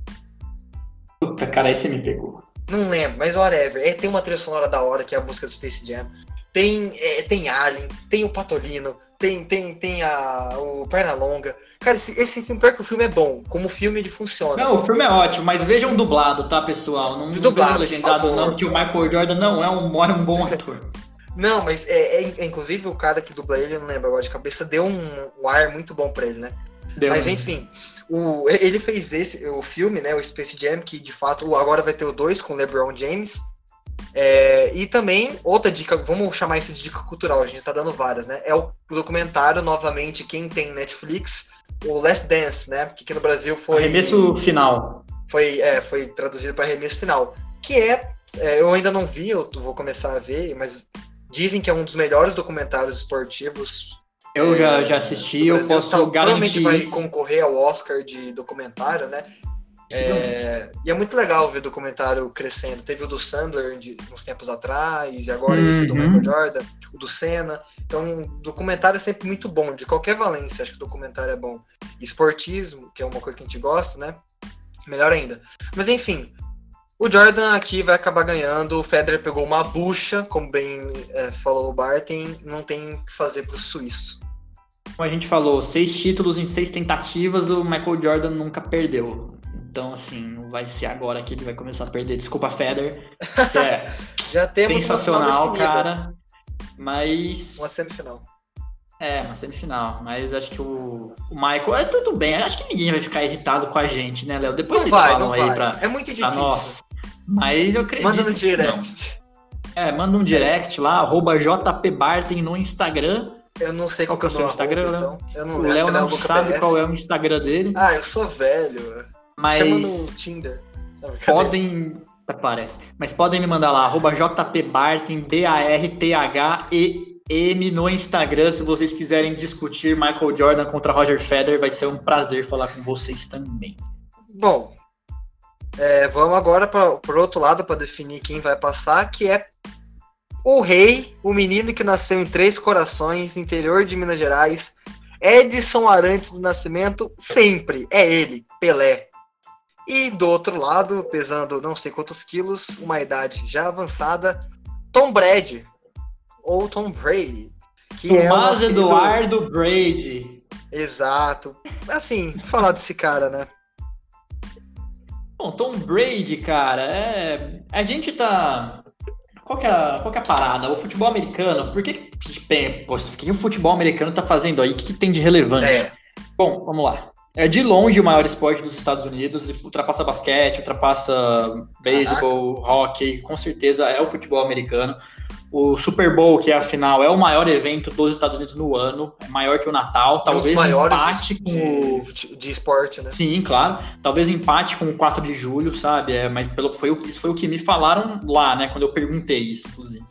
Puta, cara, aí você me pegou. Não lembro, mas whatever. É, tem uma trilha sonora da hora, que é a música do Space Jam. Tem, é, tem Alien, tem o Patolino, tem, tem, tem a, o Pernalonga. Cara, esse, esse filme, pior que o filme é bom. Como filme, ele funciona. Não, o filme é ótimo, mas vejam dublado, tá, pessoal? Não, não Dublado, vejam legendado, por favor. não, porque o Michael Jordan não é um, é um bom ator. Não, mas é, é, inclusive o cara que dubla ele, eu não lembro agora de cabeça, deu um, um ar muito bom pra ele, né? Deu. Mas enfim, o, ele fez esse, o filme, né, o Space Jam, que de fato agora vai ter o dois com o LeBron James. É, e também, outra dica, vamos chamar isso de dica cultural, a gente tá dando várias, né? É o documentário, novamente, quem tem Netflix, o Last Dance, né? Que aqui no Brasil foi... Arremesso final. Foi, é, foi traduzido para Arremesso Final. Que é, é, eu ainda não vi, eu vou começar a ver, mas dizem que é um dos melhores documentários esportivos. Eu é, já, já assisti, eu Brasil. posso Tá, garantir provavelmente vai isso. concorrer ao Oscar de documentário, né? É, e é muito legal ver o documentário crescendo. Teve o do Sandler de, uns tempos atrás, e agora Uhum. esse do Michael Jordan, o do Senna. Então, documentário é sempre muito bom, de qualquer valência, acho que o documentário é bom. Esportismo, que é uma coisa que a gente gosta, né? Melhor ainda. Mas enfim, o Jordan aqui vai acabar ganhando. O Federer pegou uma bucha, como bem é, falou o Barton, não tem o que fazer pro suíço. Como a gente falou, seis títulos em seis tentativas, o Michael Jordan nunca perdeu. Então, assim, não vai ser agora que ele vai começar a perder. Desculpa, Federer. Você é Já temos sensacional, uma final definida, cara. Mas... uma semifinal. É, uma semifinal. Mas acho que o, o Michael... É tudo bem. Acho que ninguém vai ficar irritado com a gente, né, Léo? Depois Não vocês vai, falam não aí vai. pra, É muito pra difícil. nós. Mas eu acredito Manda no que não. direct. É, manda um direct lá, arroba jpbartem no Instagram. Eu não sei Qual que é o seu meu Instagram, arroba, Léo? então. Eu não O lembro. Léo Acho que é não Luca sabe P S. qual é o Instagram dele, Ah, eu sou velho. mas Chama no Tinder. Não, brincadeira. podem... Parece. Mas podem me mandar lá, arroba jpbartem, B A R T H E M no Instagram, se vocês quiserem discutir Michael Jordan contra Roger Federer, vai ser um prazer falar com vocês também. Bom, é, vamos agora para o outro lado para definir quem vai passar, que é o rei, o menino que nasceu em Três Corações, interior de Minas Gerais, Edson Arantes do Nascimento, sempre, é ele, Pelé. E do outro lado, pesando não sei quantos quilos, uma idade já avançada, Tom Brady, ou Tom Brady. Que é o Tomás nosso querido- Eduardo Brady. Exato. Assim, falar desse cara, né? Bom, Tom Brady, cara, é... a gente tá... Qual que, é a... Qual que é a parada? O futebol americano, por que, que... Pô, o que o futebol americano tá fazendo aí? O que, que tem de relevante? É. Bom, vamos lá. É de longe o maior esporte dos Estados Unidos, ultrapassa basquete, ultrapassa beisebol, hockey, com certeza é o futebol americano. O Super Bowl, que é a final, é o maior evento dos Estados Unidos no ano, é maior que o Natal, talvez empate com o... de, de esporte, né? Sim, claro, talvez empate com o quatro de julho, sabe? É, mas pelo, foi, o, isso foi o que me falaram lá, né? Quando eu perguntei isso, inclusive.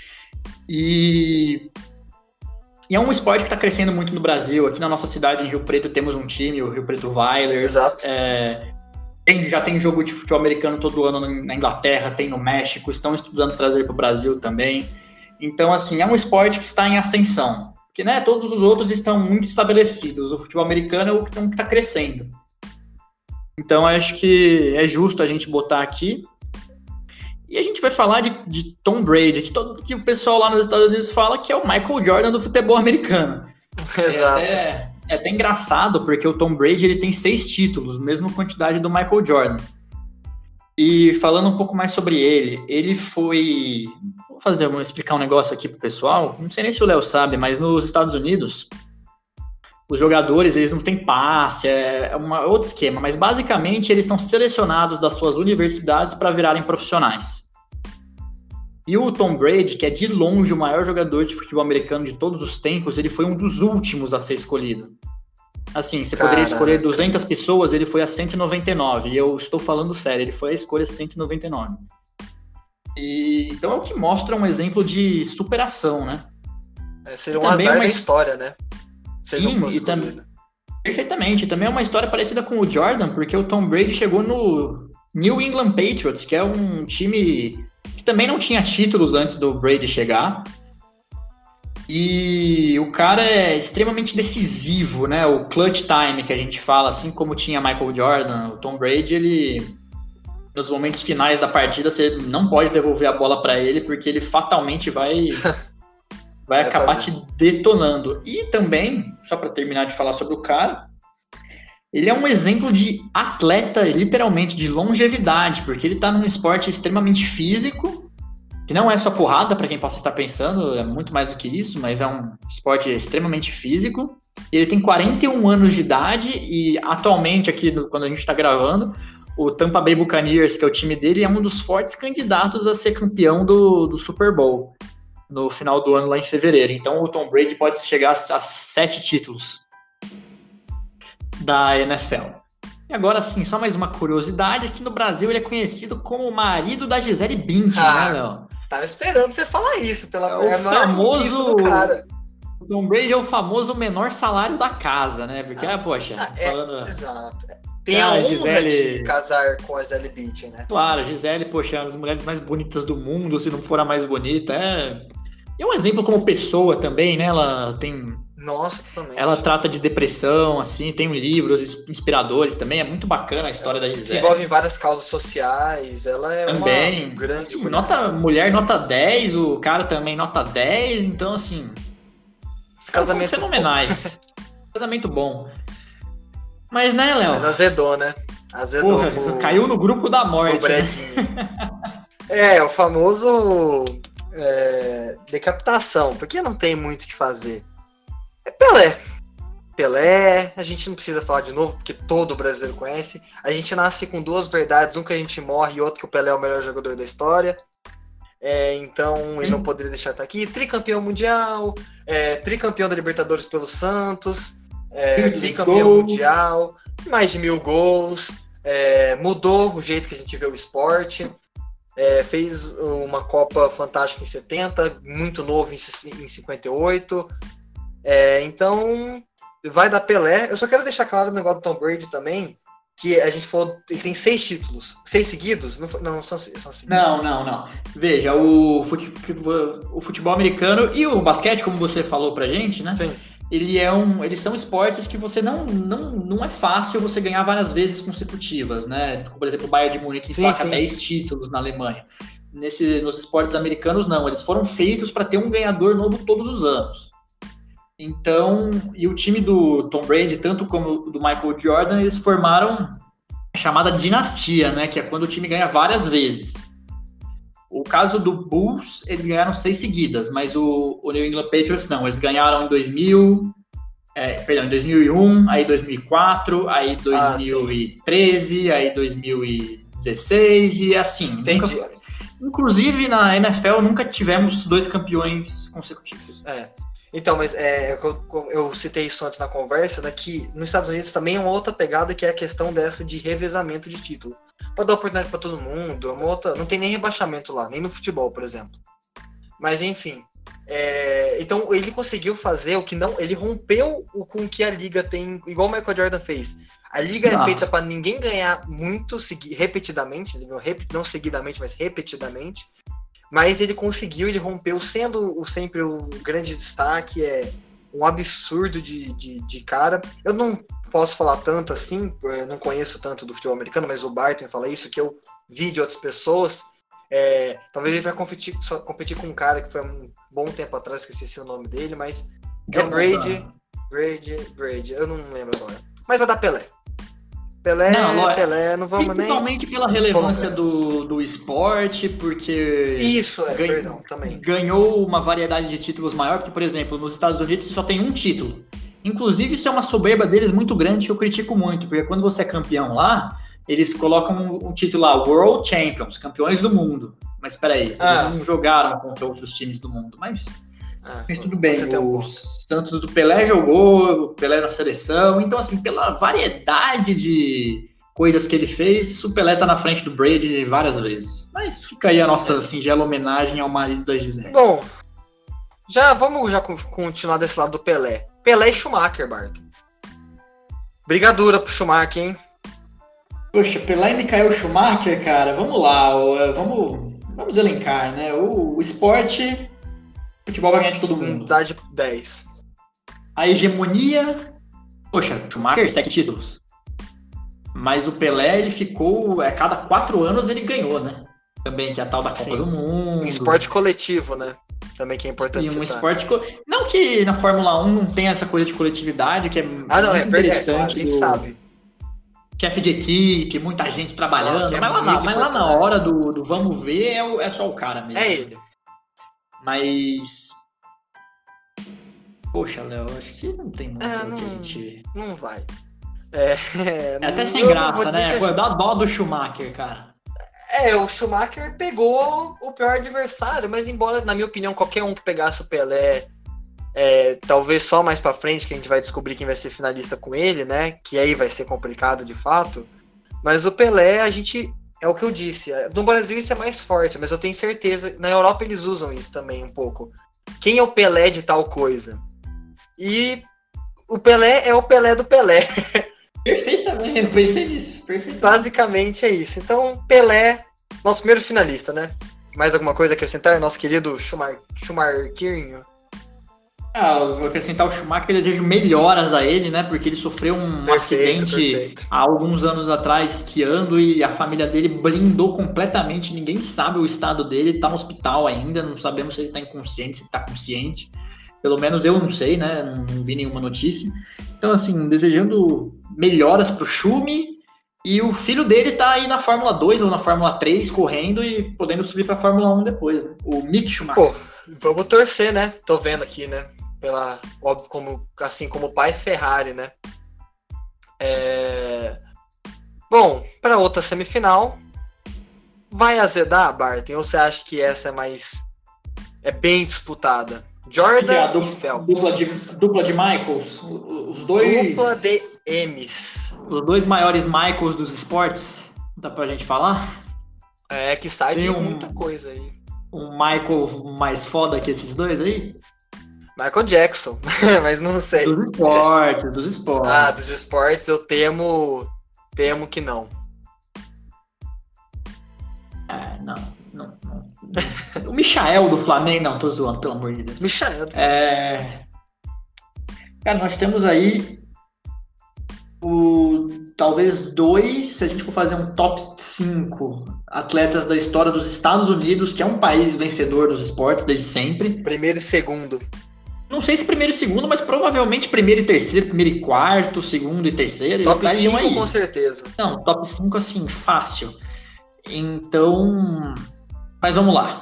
E, e é um esporte que está crescendo muito no Brasil. Aqui na nossa cidade, em Rio Preto, temos um time, o Rio Preto Vailers. Exato. É, tem, já tem jogo de futebol americano todo ano na Inglaterra, tem no México, estão estudando trazer para o Brasil também. Então, assim, é um esporte que está em ascensão. Porque, né, todos os outros estão muito estabelecidos. O futebol americano é o que está crescendo. Então, acho que é justo a gente botar aqui. E a gente vai falar de, de Tom Brady, que, todo, que o pessoal lá nos Estados Unidos fala que é o Michael Jordan do futebol americano. Exato. É até, é até engraçado, porque o Tom Brady ele tem seis títulos, mesma quantidade do Michael Jordan. E falando um pouco mais sobre ele, ele foi... Vou fazer, vou explicar um negócio aqui pro pessoal. Não sei nem se o Léo sabe, mas nos Estados Unidos, os jogadores, eles não têm passe, é uma, outro esquema, mas basicamente eles são selecionados das suas universidades para virarem profissionais. E o Tom Brady, que é de longe o maior jogador de futebol americano de todos os tempos, ele foi um dos últimos a ser escolhido. Assim, você Caraca. poderia escolher duzentas pessoas, ele foi a cento e noventa e nove, e eu estou falando sério, ele foi a escolha cento e noventa e nove. E, então é o que mostra um exemplo de superação, né? É, seria um azar uma... da história, né? Sim, e também... Perfeitamente. Também é uma história parecida com o Jordan, porque o Tom Brady chegou no New England Patriots, que é um time que também não tinha títulos antes do Brady chegar. E o cara é extremamente decisivo, né? O clutch time que a gente fala, assim como tinha Michael Jordan, o Tom Brady, ele... nos momentos finais da partida, você não pode devolver a bola para ele, porque ele fatalmente vai... vai acabar te detonando. E também, só para terminar de falar sobre o cara, ele é um exemplo de atleta, literalmente, de longevidade, porque ele tá num esporte extremamente físico, que não é só porrada, para quem possa estar pensando, é muito mais do que isso, mas é um esporte extremamente físico. Ele tem quarenta e um anos de idade e atualmente, aqui no, quando a gente está gravando, o Tampa Bay Buccaneers, que é o time dele, é um dos fortes candidatos a ser campeão do, do Super Bowl no final do ano, lá em fevereiro. Então o Tom Brady pode chegar a sete títulos da N F L. E agora sim, só mais uma curiosidade, aqui no Brasil ele é conhecido como o marido da Gisele Bündchen, ah, né, Léo? Tava esperando você falar isso, pela é o famoso cara. O Tom Brady é o famoso menor salário da casa, né? Porque, ah, poxa, ah, falando... é, exato. Tem a honra Gisele... de casar com a Gisele Bündchen, né? Claro, a Gisele, poxa, é uma das mulheres mais bonitas do mundo, se não for a mais bonita, é... E é um exemplo como pessoa também, né? Ela tem... Nossa, totalmente. Ela trata de depressão, assim, tem livros inspiradores também, é muito bacana a história ela da Gisele. Se envolve em várias causas sociais, ela é também. uma grande... Sim, nota, mulher nota dez, o cara também nota dez, então assim... Os caras são fenomenais. Casamento bom. Mas, né, Léo? Mas azedou, né? Azedou. Porra, pro... Caiu no grupo da morte. Né? É, o famoso... É, decapitação, porque não tem muito o que fazer. É Pelé. Pelé, a gente não precisa falar de novo, porque todo brasileiro conhece. A gente nasce com duas verdades, um que a gente morre e outro que o Pelé é o melhor jogador da história. É, então, ele não poderia deixar de estar aqui. Tricampeão mundial, é, tricampeão da Libertadores pelo Santos, é, bicampeão mundial, mais de mil gols, é, mudou o jeito que a gente vê o esporte. É, fez uma Copa fantástica em setenta, muito novo em cinquenta e oito. É, então, vai dar Pelé. Eu só quero deixar claro o negócio do Tom Brady também, que a gente falou, ele tem seis títulos. Seis seguidos? Não, não são, são seguidos. Não, não, não. Veja, o futebol, o futebol americano e o basquete, como você falou pra gente, né? Sim. Ele é um, eles são esportes que você não, não, não é fácil você ganhar várias vezes consecutivas, né? Como, por exemplo, o Bayern de Munique emplaca dez títulos na Alemanha. Nesse, nos esportes americanos, não. Eles foram feitos para ter um ganhador novo todos os anos. Então, e o time do Tom Brady, tanto como o do Michael Jordan, eles formaram a chamada dinastia, né? Que é quando o time ganha várias vezes. O caso do Bulls, eles ganharam seis seguidas, mas o, o New England Patriots não. Eles ganharam em dois mil, é, perdão, em dois mil e um, aí dois mil e quatro, aí dois mil e treze, ah, aí dois mil e dezesseis e assim. Entendi. Nunca, Inclusive, na N F L nunca tivemos dois campeões consecutivos. É. Então, mas é, eu, eu citei isso antes na conversa, né, que nos Estados Unidos também é uma outra pegada, que é a questão dessa de revezamento de título. Pode dar oportunidade para todo mundo, é uma outra, não tem nem rebaixamento lá, nem no futebol, por exemplo. Mas, enfim. É, então, ele conseguiu fazer o que não... Ele rompeu o com que a liga tem, igual o Michael Jordan fez. A liga Exato. É feita para ninguém ganhar muito segui, repetidamente, não seguidamente, mas repetidamente. Mas ele conseguiu, ele rompeu, sendo sempre o grande destaque, é um absurdo de, de, de cara. Eu não posso falar tanto assim, eu não conheço tanto do futebol americano, mas o Barton fala isso, que eu vi de outras pessoas. É, talvez ele vai competir, só competir com um cara que foi um bom tempo atrás, que eu esqueci o nome dele, mas é Brady, Brady, Brady, eu não lembro agora. Mas vai dar Pelé. Pelé, não, Pelé, não vamos principalmente nem... pela relevância do, do esporte, porque... Isso, é, ganha, perdão, também. Ganhou uma variedade de títulos maior, porque, por exemplo, nos Estados Unidos você só tem um título. Inclusive, isso é uma soberba deles muito grande, que eu critico muito, porque quando você é campeão lá, eles colocam um, um título lá, World Champions, campeões do mundo. Mas peraí, ah. eles não jogaram contra outros times do mundo, mas... Ah, mas tudo bem, o um Santos do Pelé jogou, o Pelé na seleção, então assim, pela variedade de coisas que ele fez, o Pelé tá na frente do Brady várias vezes. Mas fica aí a nossa é. singela homenagem ao marido da Gisele. Bom, já vamos já continuar desse lado do Pelé. Pelé e Schumacher, Bart. Brigadura pro Schumacher, hein? Poxa, Pelé e Michael Schumacher, cara, vamos lá, vamos, vamos elencar, né? O, o esporte... Futebol vai ganhar de todo mundo. Dá de dez. A hegemonia... Poxa, Schumacher, sete títulos. Mas o Pelé, ele ficou... A cada quatro anos ele ganhou, né? Também, que é a tal da Copa Sim. do Mundo. Um esporte coletivo, né? Também que é importante Sim, um citar. esporte... Co... Não que na Fórmula um não tenha essa coisa de coletividade, que é ah, não, muito é interessante. É, a gente do... sabe. Chefe de equipe, muita gente trabalhando. Ah, é mas lá, na, mas lá na hora do, do vamos ver, é, o, é só o cara mesmo. É ele. Mas... Poxa, Léo, acho que não tem muito é, não, que a gente... Não vai. É, é, é até sem graça, né? Pô, dá dó do Schumacher, cara. É, o Schumacher pegou o pior adversário, mas embora, na minha opinião, qualquer um que pegasse o Pelé, é, talvez só mais pra frente, que a gente vai descobrir quem vai ser finalista com ele, né? Que aí vai ser complicado, de fato. Mas o Pelé, a gente... É o que eu disse. No Brasil isso é mais forte, mas eu tenho certeza... Na Europa eles usam isso também um pouco. Quem é o Pelé de tal coisa? E o Pelé é o Pelé do Pelé. Perfeitamente, eu pensei nisso. Perfeitamente. Basicamente é isso. Então, Pelé, nosso primeiro finalista, né? Mais alguma coisa a acrescentar? Nosso querido Schumacher, Schumacher. Ah, eu vou acrescentar o Schumacher, eu desejo melhoras a ele, né? Porque ele sofreu um perfeito, acidente perfeito. há alguns anos atrás esquiando e a família dele blindou completamente. Ninguém sabe o estado dele, ele tá no hospital ainda, não sabemos se ele tá inconsciente, se ele tá consciente. Pelo menos eu não sei, né? Não, não vi nenhuma notícia. Então, assim, desejando melhoras pro Schumi. E o filho dele tá aí na Fórmula dois ou na Fórmula três, correndo e podendo subir pra Fórmula um depois, né? O Mick Schumacher. Pô, vamos torcer, né? Tô vendo aqui, né? Pela, óbvio, como, assim como o pai Ferrari, né? É... Bom, para outra semifinal, vai azedar, Barton? Ou você acha que essa é mais... é bem disputada? Jordan é du- e Phelps. Dupla de, dupla de Michaels. Os dois... Dupla de M's. Os dois maiores Michaels dos esportes. Dá pra gente falar? É, que sai Tem de um, muita coisa aí. Um Michael mais foda que esses dois aí? Michael Jackson, mas não sei. Dos esportes, dos esportes. Ah, dos esportes eu temo, temo que não. É, não, não, não. O Michael do Flamengo, não, tô zoando, pelo amor de Deus. Michael. É... Cara, nós temos aí o talvez dois, se a gente for fazer um top cinco atletas da história dos Estados Unidos, que é um país vencedor nos esportes desde sempre. Primeiro e segundo. Não sei se primeiro e segundo, mas provavelmente primeiro e terceiro, primeiro e quarto, segundo e terceiro. Top cinco aí. Com certeza. Não, top cinco assim, fácil. Então, mas vamos lá.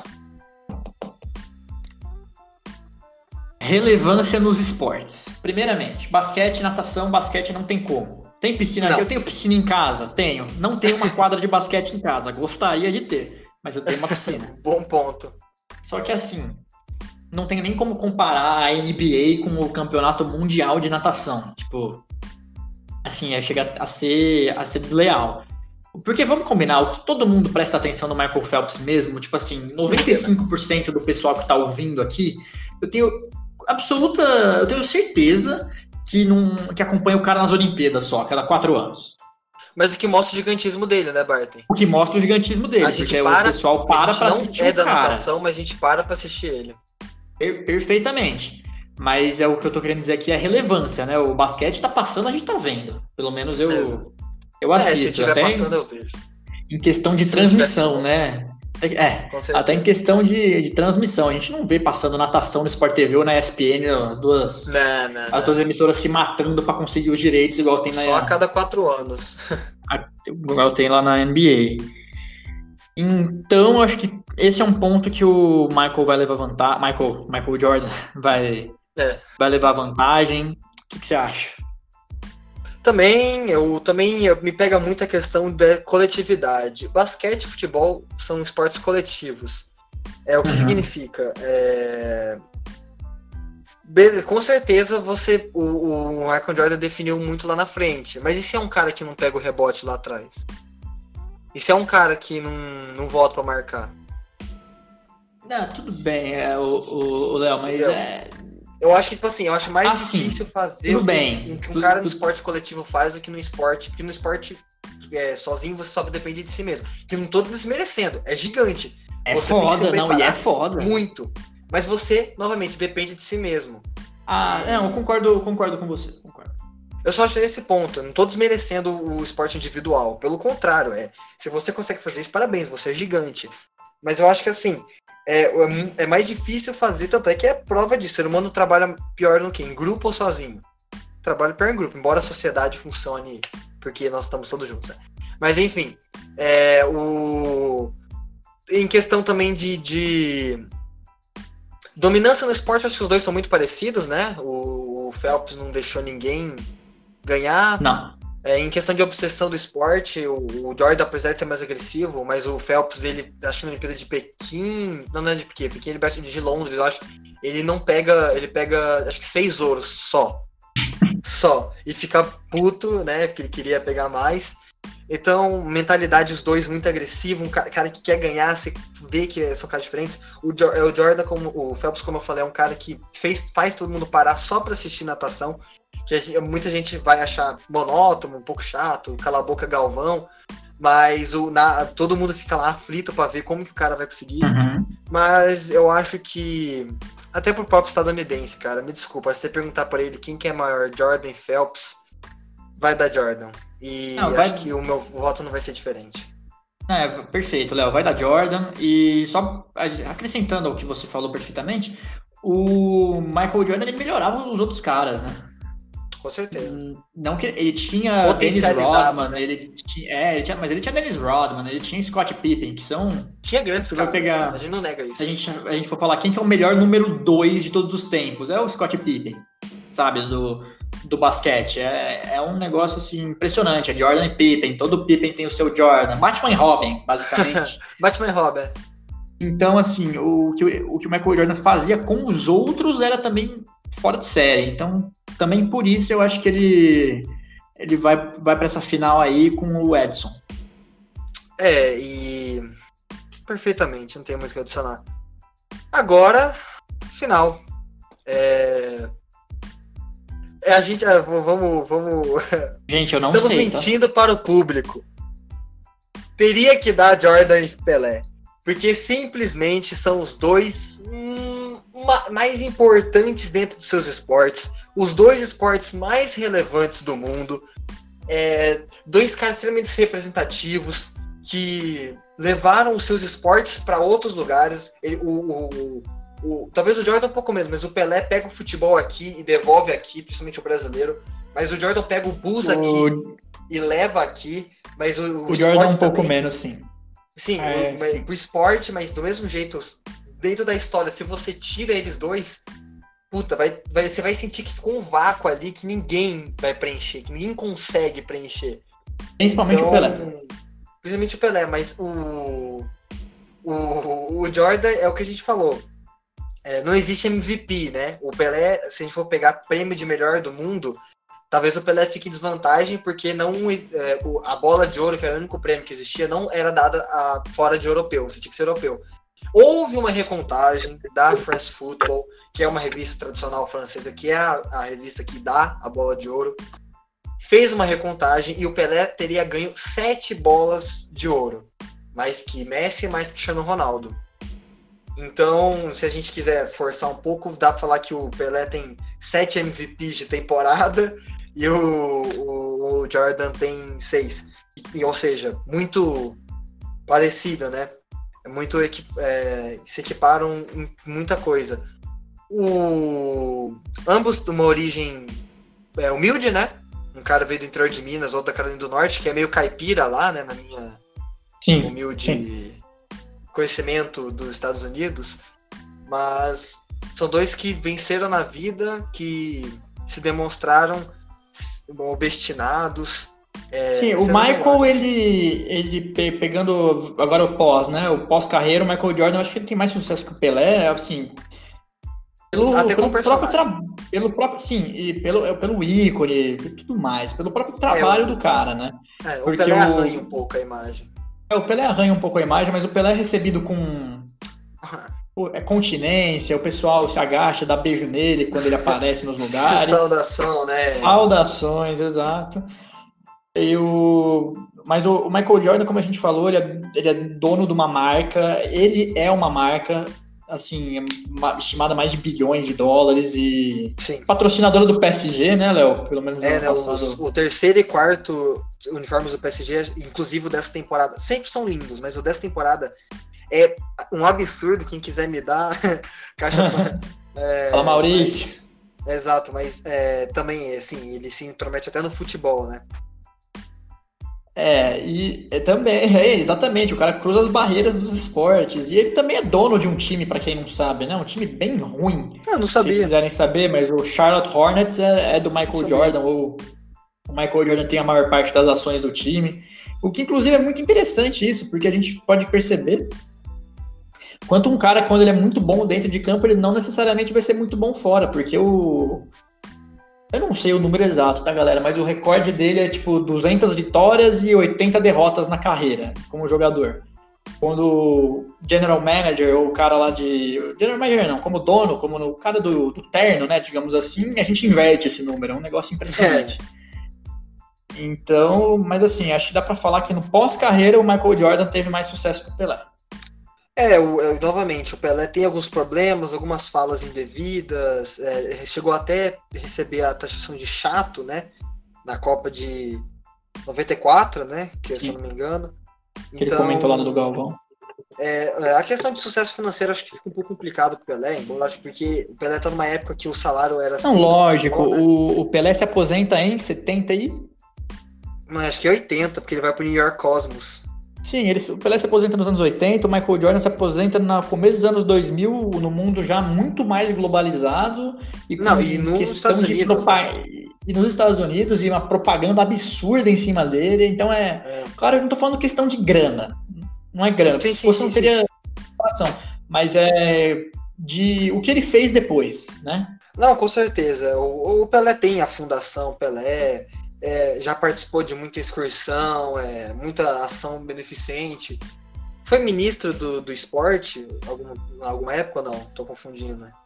Relevância nos esportes. Primeiramente, basquete, natação, basquete não tem como. Tem piscina não. aqui? Eu tenho piscina em casa? Tenho. Não tenho uma quadra de basquete em casa. Gostaria de ter. mas eu tenho uma piscina. Bom ponto. Só que assim, não tem nem como comparar a N B A com o campeonato mundial de natação. Tipo, assim, é, chega a ser, a ser desleal. Porque vamos combinar, o que todo mundo presta atenção no Michael Phelps mesmo, tipo assim, noventa e cinco por cento do pessoal que tá ouvindo aqui, eu tenho absoluta, eu tenho certeza que, não, que acompanha o cara nas Olimpíadas só, a cada quatro anos. Mas o que mostra o gigantismo dele, né, Barton? O que mostra o gigantismo dele, a gente porque para, o pessoal para pra assistir não é o da cara. natação, mas a gente para pra assistir ele. Per- perfeitamente. Mas é o que eu tô querendo dizer aqui, é a relevância, né? O basquete tá passando, a gente tá vendo. Pelo menos eu, eu assisto. É, se tiver até passando, em, eu vejo. em questão de se transmissão, né? É, até em questão de, de transmissão. A gente não vê passando natação no Sport T V ou na E S P N, as duas, não, não, as não. duas emissoras se matando pra conseguir os direitos, igual tem na... Só a cada quatro anos. Igual tem lá na N B A. Então, acho que esse é um ponto que o Michael vai levar vantagem. Michael, Michael Jordan vai, é. vai levar vantagem. O que, que você acha? Também, eu também eu, me pega muito a questão da coletividade. Basquete e futebol são esportes coletivos. É o que uhum. significa. É... Beleza, com certeza você o, o Michael Jordan definiu muito lá na frente. Mas e se é um cara que não pega o rebote lá atrás? E se é um cara que não, não volta pra marcar? Não, tudo bem, é, o Léo, mas eu, é... Eu acho que, tipo assim, eu acho mais assim, difícil fazer tudo o bem, que um tudo, cara no tudo... esporte coletivo faz do que no esporte. Porque no esporte, é, sozinho, você só depende de si mesmo. Que não tô desmerecendo, é gigante. É você foda, não, e é foda. Muito. Mas você, novamente, depende de si mesmo. Ah, e... não, eu concordo, eu concordo com você, concordo. Eu só acho nesse ponto, eu não tô desmerecendo o esporte individual. Pelo contrário, é. Se você consegue fazer isso, parabéns, você é gigante. Mas eu acho que assim, é, é mais difícil fazer, tanto é que é prova disso. O ser humano trabalha pior no quê? Em grupo ou sozinho? Trabalha pior em grupo, embora a sociedade funcione, porque nós estamos todos juntos. Né? Mas enfim, é, o... em questão também de, de dominância no esporte, acho que os dois são muito parecidos, né? O Phelps não deixou ninguém ganhar. Não. É, em questão de obsessão do esporte, o, o Jordan, apesar de ser mais agressivo, mas o Phelps, ele, acho que na Olimpíada de Pequim, não, não é de Pequim, Pequim ele bate de Londres, eu acho, ele não pega, ele pega, acho que seis ouros só, só, e fica puto, né, porque ele queria pegar mais. Então, mentalidade, os dois muito agressivo, um cara, cara que quer ganhar, você vê que são caras diferentes. O, jo- o Jordan, como o Phelps, como eu falei, é um cara que fez, faz todo mundo parar só pra assistir natação, que a gente, muita gente vai achar monótono, um pouco chato, cala a boca Galvão, mas o, na, todo mundo fica lá aflito pra ver como que o cara vai conseguir. Uhum. Mas eu acho que, até pro próprio estadunidense, cara, me desculpa, se você perguntar pra ele quem que é maior, Jordan e Phelps, vai dar Jordan. E não, acho vai... que o meu voto não vai ser diferente. É, perfeito, Léo. Vai dar Jordan. E só acrescentando ao que você falou perfeitamente, o Michael Jordan ele melhorava os outros caras, né? Com certeza. Não que ele tinha Dennis Rodman, né? ele tinha, é, ele tinha, mas ele tinha Dennis Rodman, ele tinha Scott Pippen, que são... Tinha grandes caras, pegar, a gente não nega isso. Se a gente, a gente for falar quem que é o melhor número dois de todos os tempos, é o Scott Pippen, sabe, do... do basquete, é, é um negócio assim impressionante, é Jordan e Pippen, todo Pippen tem o seu Jordan, Batman e Robin, basicamente. Batman e Robin. Então, assim, o que o, que o Michael Jordan fazia com os outros era também fora de série, então também por isso eu acho que ele, ele vai, vai para essa final aí com o Edson. É, e perfeitamente, não tem muito o que adicionar. Agora, final. É... É, a gente, é, vamos, vamos... Gente, eu não Estamos sei. Estamos mentindo tá? para o público. Teria que dar Jordan e Pelé. Porque simplesmente são os dois hum, mais importantes dentro dos seus esportes. Os dois esportes mais relevantes do mundo. É, dois caras extremamente representativos que levaram os seus esportes para outros lugares. Ele, o, o, o, talvez o Jordan um pouco menos, mas o Pelé pega o futebol aqui e devolve aqui, principalmente o brasileiro. Mas o Jordan pega o Bulls aqui o... e leva aqui. Mas o, o, o Jordan um pouco também, menos, sim. Sim, é, o, sim, pro esporte, mas do mesmo jeito, dentro da história, se você tira eles dois, puta, vai, vai, você vai sentir que ficou um vácuo ali que ninguém vai preencher, que ninguém consegue preencher. Principalmente então, o Pelé. Principalmente o Pelé, mas o, o, o Jordan é o que a gente falou. É, não existe M V P, né? O Pelé, se a gente for pegar prêmio de melhor do mundo, talvez o Pelé fique em desvantagem, porque não, é, a bola de ouro, que era o único prêmio que existia, não era dada a, fora de europeu, você tinha que ser europeu. Houve uma recontagem da France Football, que é uma revista tradicional francesa, que é a, a revista que dá a bola de ouro, fez uma recontagem e o Pelé teria ganho sete bolas de ouro, mais que Messi e mais que Cristiano Ronaldo. Então, se a gente quiser forçar um pouco, dá pra falar que o Pelé tem sete M V Ps de temporada e o, o, o Jordan tem seis. E, ou seja, muito parecido, né? Muito é, se equiparam em muita coisa. O, ambos de uma origem é, humilde, né? Um cara veio do interior de Minas, outro da Carolina do Norte, que é meio caipira lá, né? Na minha sim, humilde... Sim. conhecimento dos Estados Unidos, mas são dois que venceram na vida, que se demonstraram obstinados. É, Sim, o Michael, ele, ele pegando agora o pós, né? O pós-carreira, o Michael Jordan, eu acho que ele tem mais sucesso que o Pelé, assim. Pelo, Até pelo com próprio tra... pelo próprio sim, e pelo, pelo ícone e tudo mais, pelo próprio trabalho é, o... do cara, né? É, o Porque Pelé o... arranha um pouco a imagem. É, o Pelé arranha um pouco a imagem, mas o Pelé é recebido com é continência, o pessoal se agacha, dá beijo nele quando ele aparece nos lugares. Saudação, né? Saudações, exato. E o... Mas o Michael Jordan, como a gente falou, ele é, ele é dono de uma marca, ele é uma marca, assim, estimada a mais de bilhões de dólares e Sim. patrocinadora do P S G, né, Léo? Pelo menos é, né, o, o terceiro e quarto uniformes do P S G, inclusive o dessa temporada, sempre são lindos, mas o dessa temporada é um absurdo. Quem quiser me dar, caixa. é, Fala, Maurício. Mas, exato, mas é, também, assim, ele se intromete até no futebol, né? É, e é, também, é, exatamente, o cara cruza as barreiras dos esportes, e ele também é dono de um time, pra quem não sabe, né, um time bem ruim. Eu não sabia. Se vocês quiserem saber, mas o Charlotte Hornets é, é do Michael Jordan, ou o Michael Jordan tem a maior parte das ações do time, o que inclusive é muito interessante isso, porque a gente pode perceber quanto um cara, quando ele é muito bom dentro de campo, ele não necessariamente vai ser muito bom fora, porque o... Eu não sei o número exato, tá, galera? Mas o recorde dele é, tipo, duzentas vitórias e oitenta derrotas na carreira, como jogador. Quando o general manager, ou o cara lá de... General manager não, como dono, como o cara do, do terno, né, digamos assim, a gente inverte esse número, é um negócio impressionante. É. Então, mas assim, acho que dá pra falar que no pós-carreira o Michael Jordan teve mais sucesso que o Pelé. É, o, é, novamente, o Pelé tem alguns problemas, algumas falas indevidas, é, chegou até a receber a taxação de chato, né, na Copa de noventa e quatro, né, que Sim. se eu não me engano. Que então, ele comentou lá no do Galvão. É, a questão de sucesso financeiro acho que fica um pouco complicado pro Pelé, embora acho porque o Pelé tá numa época que o salário era assim. Não, lógico, futebol, né? o, o Pelé se aposenta em setenta e... Não, acho que é oitenta, porque ele vai pro New York Cosmos. Sim, ele, o Pelé se aposenta nos anos oitenta, o Michael Jordan se aposenta no começo dos anos dois mil, no mundo já muito mais globalizado. E com Não, e nos Estados Unidos. Propa... Né? E nos Estados Unidos, e uma propaganda absurda em cima dele. Então é. é. Claro, eu não tô falando questão de grana. Não é grana, sim, se fosse sim, não sim. teria situação. Mas é de o que ele fez depois, né? Não, com certeza. O, o Pelé tem a Fundação Pelé. É, já participou de muita excursão, é, muita ação beneficente. Foi ministro do, do esporte alguma, alguma época ou não? Tô confundindo, né?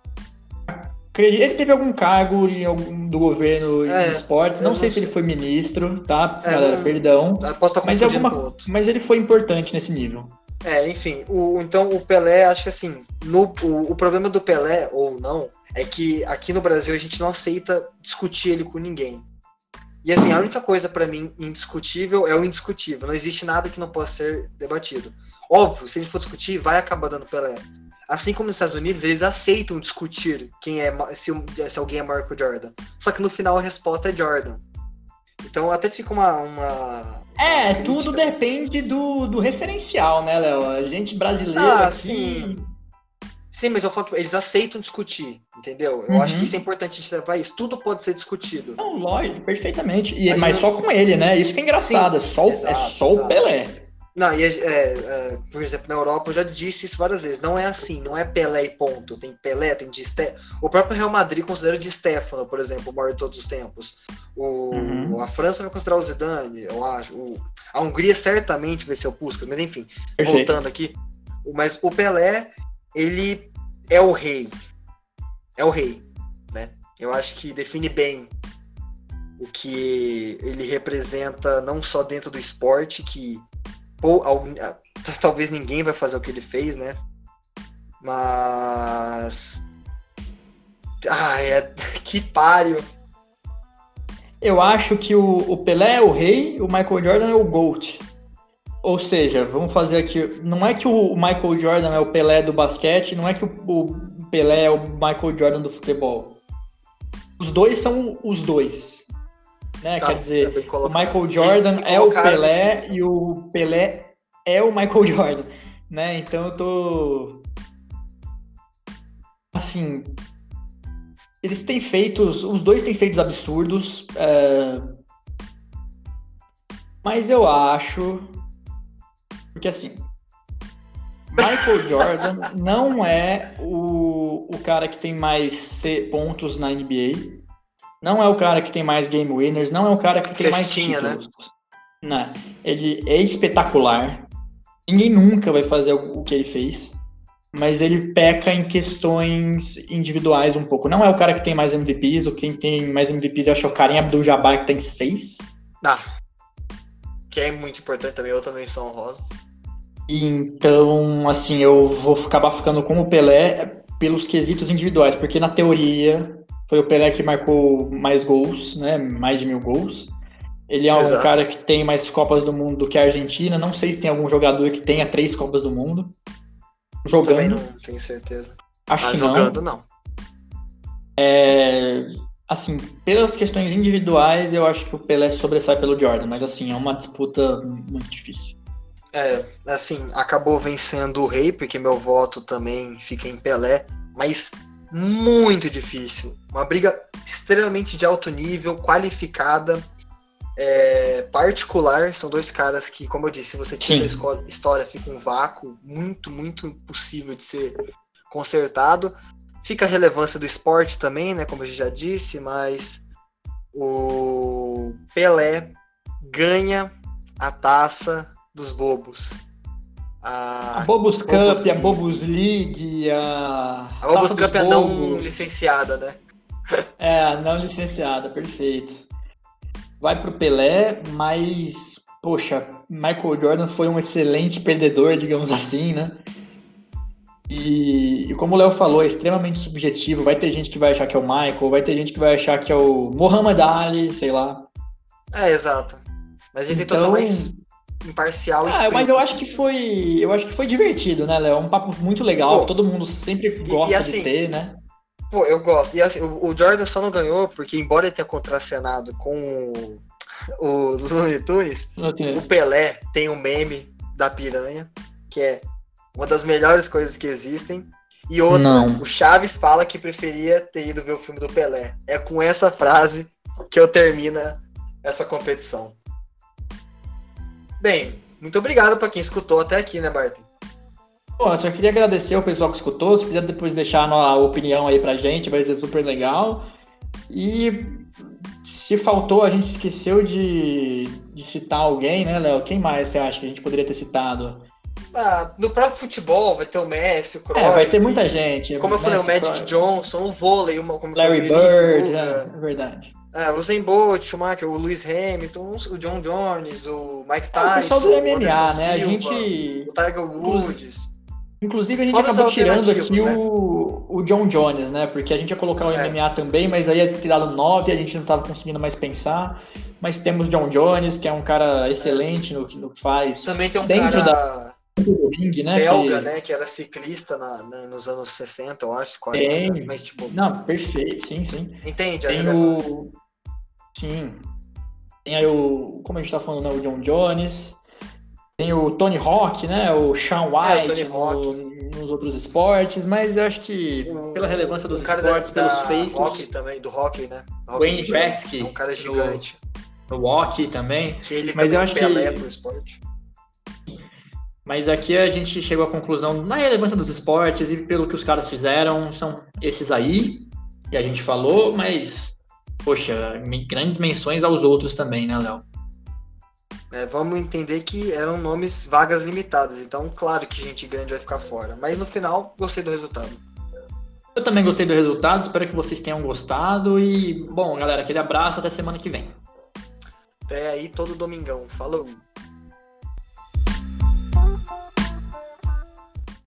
Ele teve algum cargo em algum, do governo é, de esportes, não, não sei, sei se ele foi ministro, tá? É, galera, não, perdão. Posso estar mas, alguma, mas ele foi importante nesse nível. É, enfim, o, então o Pelé, acho que assim, no, o, o problema do Pelé, ou não, é que aqui no Brasil a gente não aceita discutir ele com ninguém. E assim, a única coisa pra mim indiscutível é o indiscutível. Não existe nada que não possa ser debatido. Óbvio, se a gente for discutir, vai acabar dando Pelé. Assim como nos Estados Unidos, eles aceitam discutir quem é, se, se alguém é maior que o Jordan. Só que no final a resposta é Jordan. Então até fica uma... uma é, uma tudo depende do, do referencial, né, Léo? A gente brasileiro ah, aqui... Sim. Sim, mas eu falo que eles aceitam discutir, entendeu? Eu uhum. acho que isso é importante a gente levar isso. Tudo pode ser discutido. Não, lógico, perfeitamente. E, mas, mas só com ele, né? Isso que é engraçado. Sim, é só, exato, é só o Pelé. Não, e é, é, por exemplo, na Europa eu já disse isso várias vezes. Não é assim, não é Pelé e ponto. Tem Pelé, tem Di Sté... O próprio Real Madrid considera o Di Stéfano, por exemplo, o maior de todos os tempos. O, Uhum. A França vai considerar o Zidane, eu acho. O, a Hungria certamente vai ser o Puskás, mas enfim, Perfeito. voltando aqui. Mas o Pelé, ele é o rei. É o rei, né? Eu acho que define bem o que ele representa, não só dentro do esporte, que Ou, talvez ninguém vai fazer o que ele fez, né? Mas. Ah, é. Que páreo. Eu acho que o, o Pelé é o rei, o Michael Jordan é o GOAT. Ou seja, vamos fazer aqui. Não é que o Michael Jordan é o Pelé do basquete, não é que o, o Pelé é o Michael Jordan do futebol. Os dois são os dois. Né? Tá, Quer dizer, é o Michael Jordan é o Pelé nesse... e o Pelé é o Michael Jordan. Né? Então eu tô. Assim. Eles têm feito. Os dois têm feito absurdos. É... Mas eu acho. Porque assim. Michael Jordan não é o, o cara que tem mais pontos na N B A. Não é o cara que tem mais game winners. Não é o cara que tem Cestinha, mais títulos. Né? Não. Ele é espetacular. Ninguém nunca vai fazer o que ele fez. Mas ele peca em questões individuais um pouco. Não é o cara que tem mais M V Ps. O quem tem mais M V Ps eu acho que é o Kareem Abdul-Jabbar, que tem seis. Ah, que é muito importante também, outra menção honrosa. Então, assim, eu vou acabar ficando com o Pelé pelos quesitos individuais, porque na teoria foi o Pelé que marcou mais gols, né? Mais de mil gols. Ele é um Exato. cara que tem mais Copas do Mundo do que a Argentina. Não sei se tem algum jogador que tenha três Copas do Mundo. Jogando. Também não tenho certeza. Acho ah, que jogando, não. não. É, assim, pelas questões individuais, eu acho que o Pelé sobressai pelo Jordan, mas assim, é uma disputa muito difícil. É, assim, acabou vencendo o rei, porque meu voto também fica em Pelé, mas muito difícil. Uma briga extremamente de alto nível, qualificada, é, particular. São dois caras que, como eu disse, se você tira Sim. a história, fica um vácuo muito, muito impossível de ser consertado. Fica a relevância do esporte também, né, como a gente já disse, mas o Pelé ganha a taça dos bobos. A, a Bobos Cup, Bobos a Bobos League, a... A Bobos Cup é não licenciada, né? É, não licenciada, perfeito. Vai pro Pelé, mas, poxa, Michael Jordan foi um excelente perdedor, digamos assim, né? E, e como o Léo falou, é extremamente subjetivo. Vai ter gente que vai achar que é o Michael, vai ter gente que vai achar que é o Muhammad Ali, sei lá. É, exato. Mas a gente então... tentou ser mais imparcial. Ah, e mas eu acho que foi, eu acho que foi divertido, né, Léo? Um papo muito legal, pô, todo mundo sempre gosta e, e assim, de ter, né? Pô, eu gosto. E assim, o, o Jordan só não ganhou porque, embora ele tenha contracenado com o, o Looney Tunes, okay. O Pelé tem um meme da piranha, que é uma das melhores coisas que existem. E outra, não. O Chaves fala que preferia ter ido ver o filme do Pelé. É com essa frase que eu termino essa competição. Bem, muito obrigado para quem escutou até aqui, né, Barton? Pô, só queria agradecer ao pessoal que escutou. Se quiser depois deixar a opinião aí pra gente, vai ser super legal. E se faltou, a gente esqueceu de, de citar alguém, né, Léo? Quem mais você acha que a gente poderia ter citado? Ah, no próprio futebol vai ter o Messi, o Cruyff. É, vai ter muita gente. Como eu falei, o Magic Cruyff. Johnson, o vôlei, uma, como Larry Bird, é, é verdade. É, o Zen Bolt, o Schumacher, o Lewis Hamilton, o John Jones, o Mike Tyson, é, o pessoal do M M A, Anderson né? Silva, a gente... o Tiger Woods. Inclusive, a gente acabou tirando aqui né? o, o John Jones, né? Porque a gente ia colocar o é. M M A também, mas aí ia ter dado nove, a gente não estava conseguindo mais pensar. Mas temos John Jones, que é um cara excelente é. no, no que faz. Também tem um dentro cara da, do ringue, né? belga, que... né? Que era ciclista na, na, nos anos sessenta, eu acho, quarenta. Tem. Mas, tipo... Não, perfeito, sim, sim. Entende? Tem o... Sim. Tem aí o... Como a gente tá falando, né? O John Jones... Tem o Tony Hawk, né? O Shaun White é, o no, nos outros esportes, mas eu acho que o, pela relevância dos cara esportes, da, pelos da feitos... Hockey também, do hockey, né? O Wayne Gretzky. É um cara gigante. No, no hockey também. Que ele mas também eu acho Pelé que... pro esporte. Mas aqui a gente chegou à conclusão, na relevância dos esportes e pelo que os caras fizeram, são esses aí que a gente falou, mas, poxa, grandes menções aos outros também, né, Léo? É, vamos entender que eram nomes vagas limitadas, então claro que gente grande vai ficar fora. Mas no final, gostei do resultado. Eu também gostei do resultado, espero que vocês tenham gostado e, bom, galera, aquele abraço, até semana que vem. Até aí todo domingão. Falou!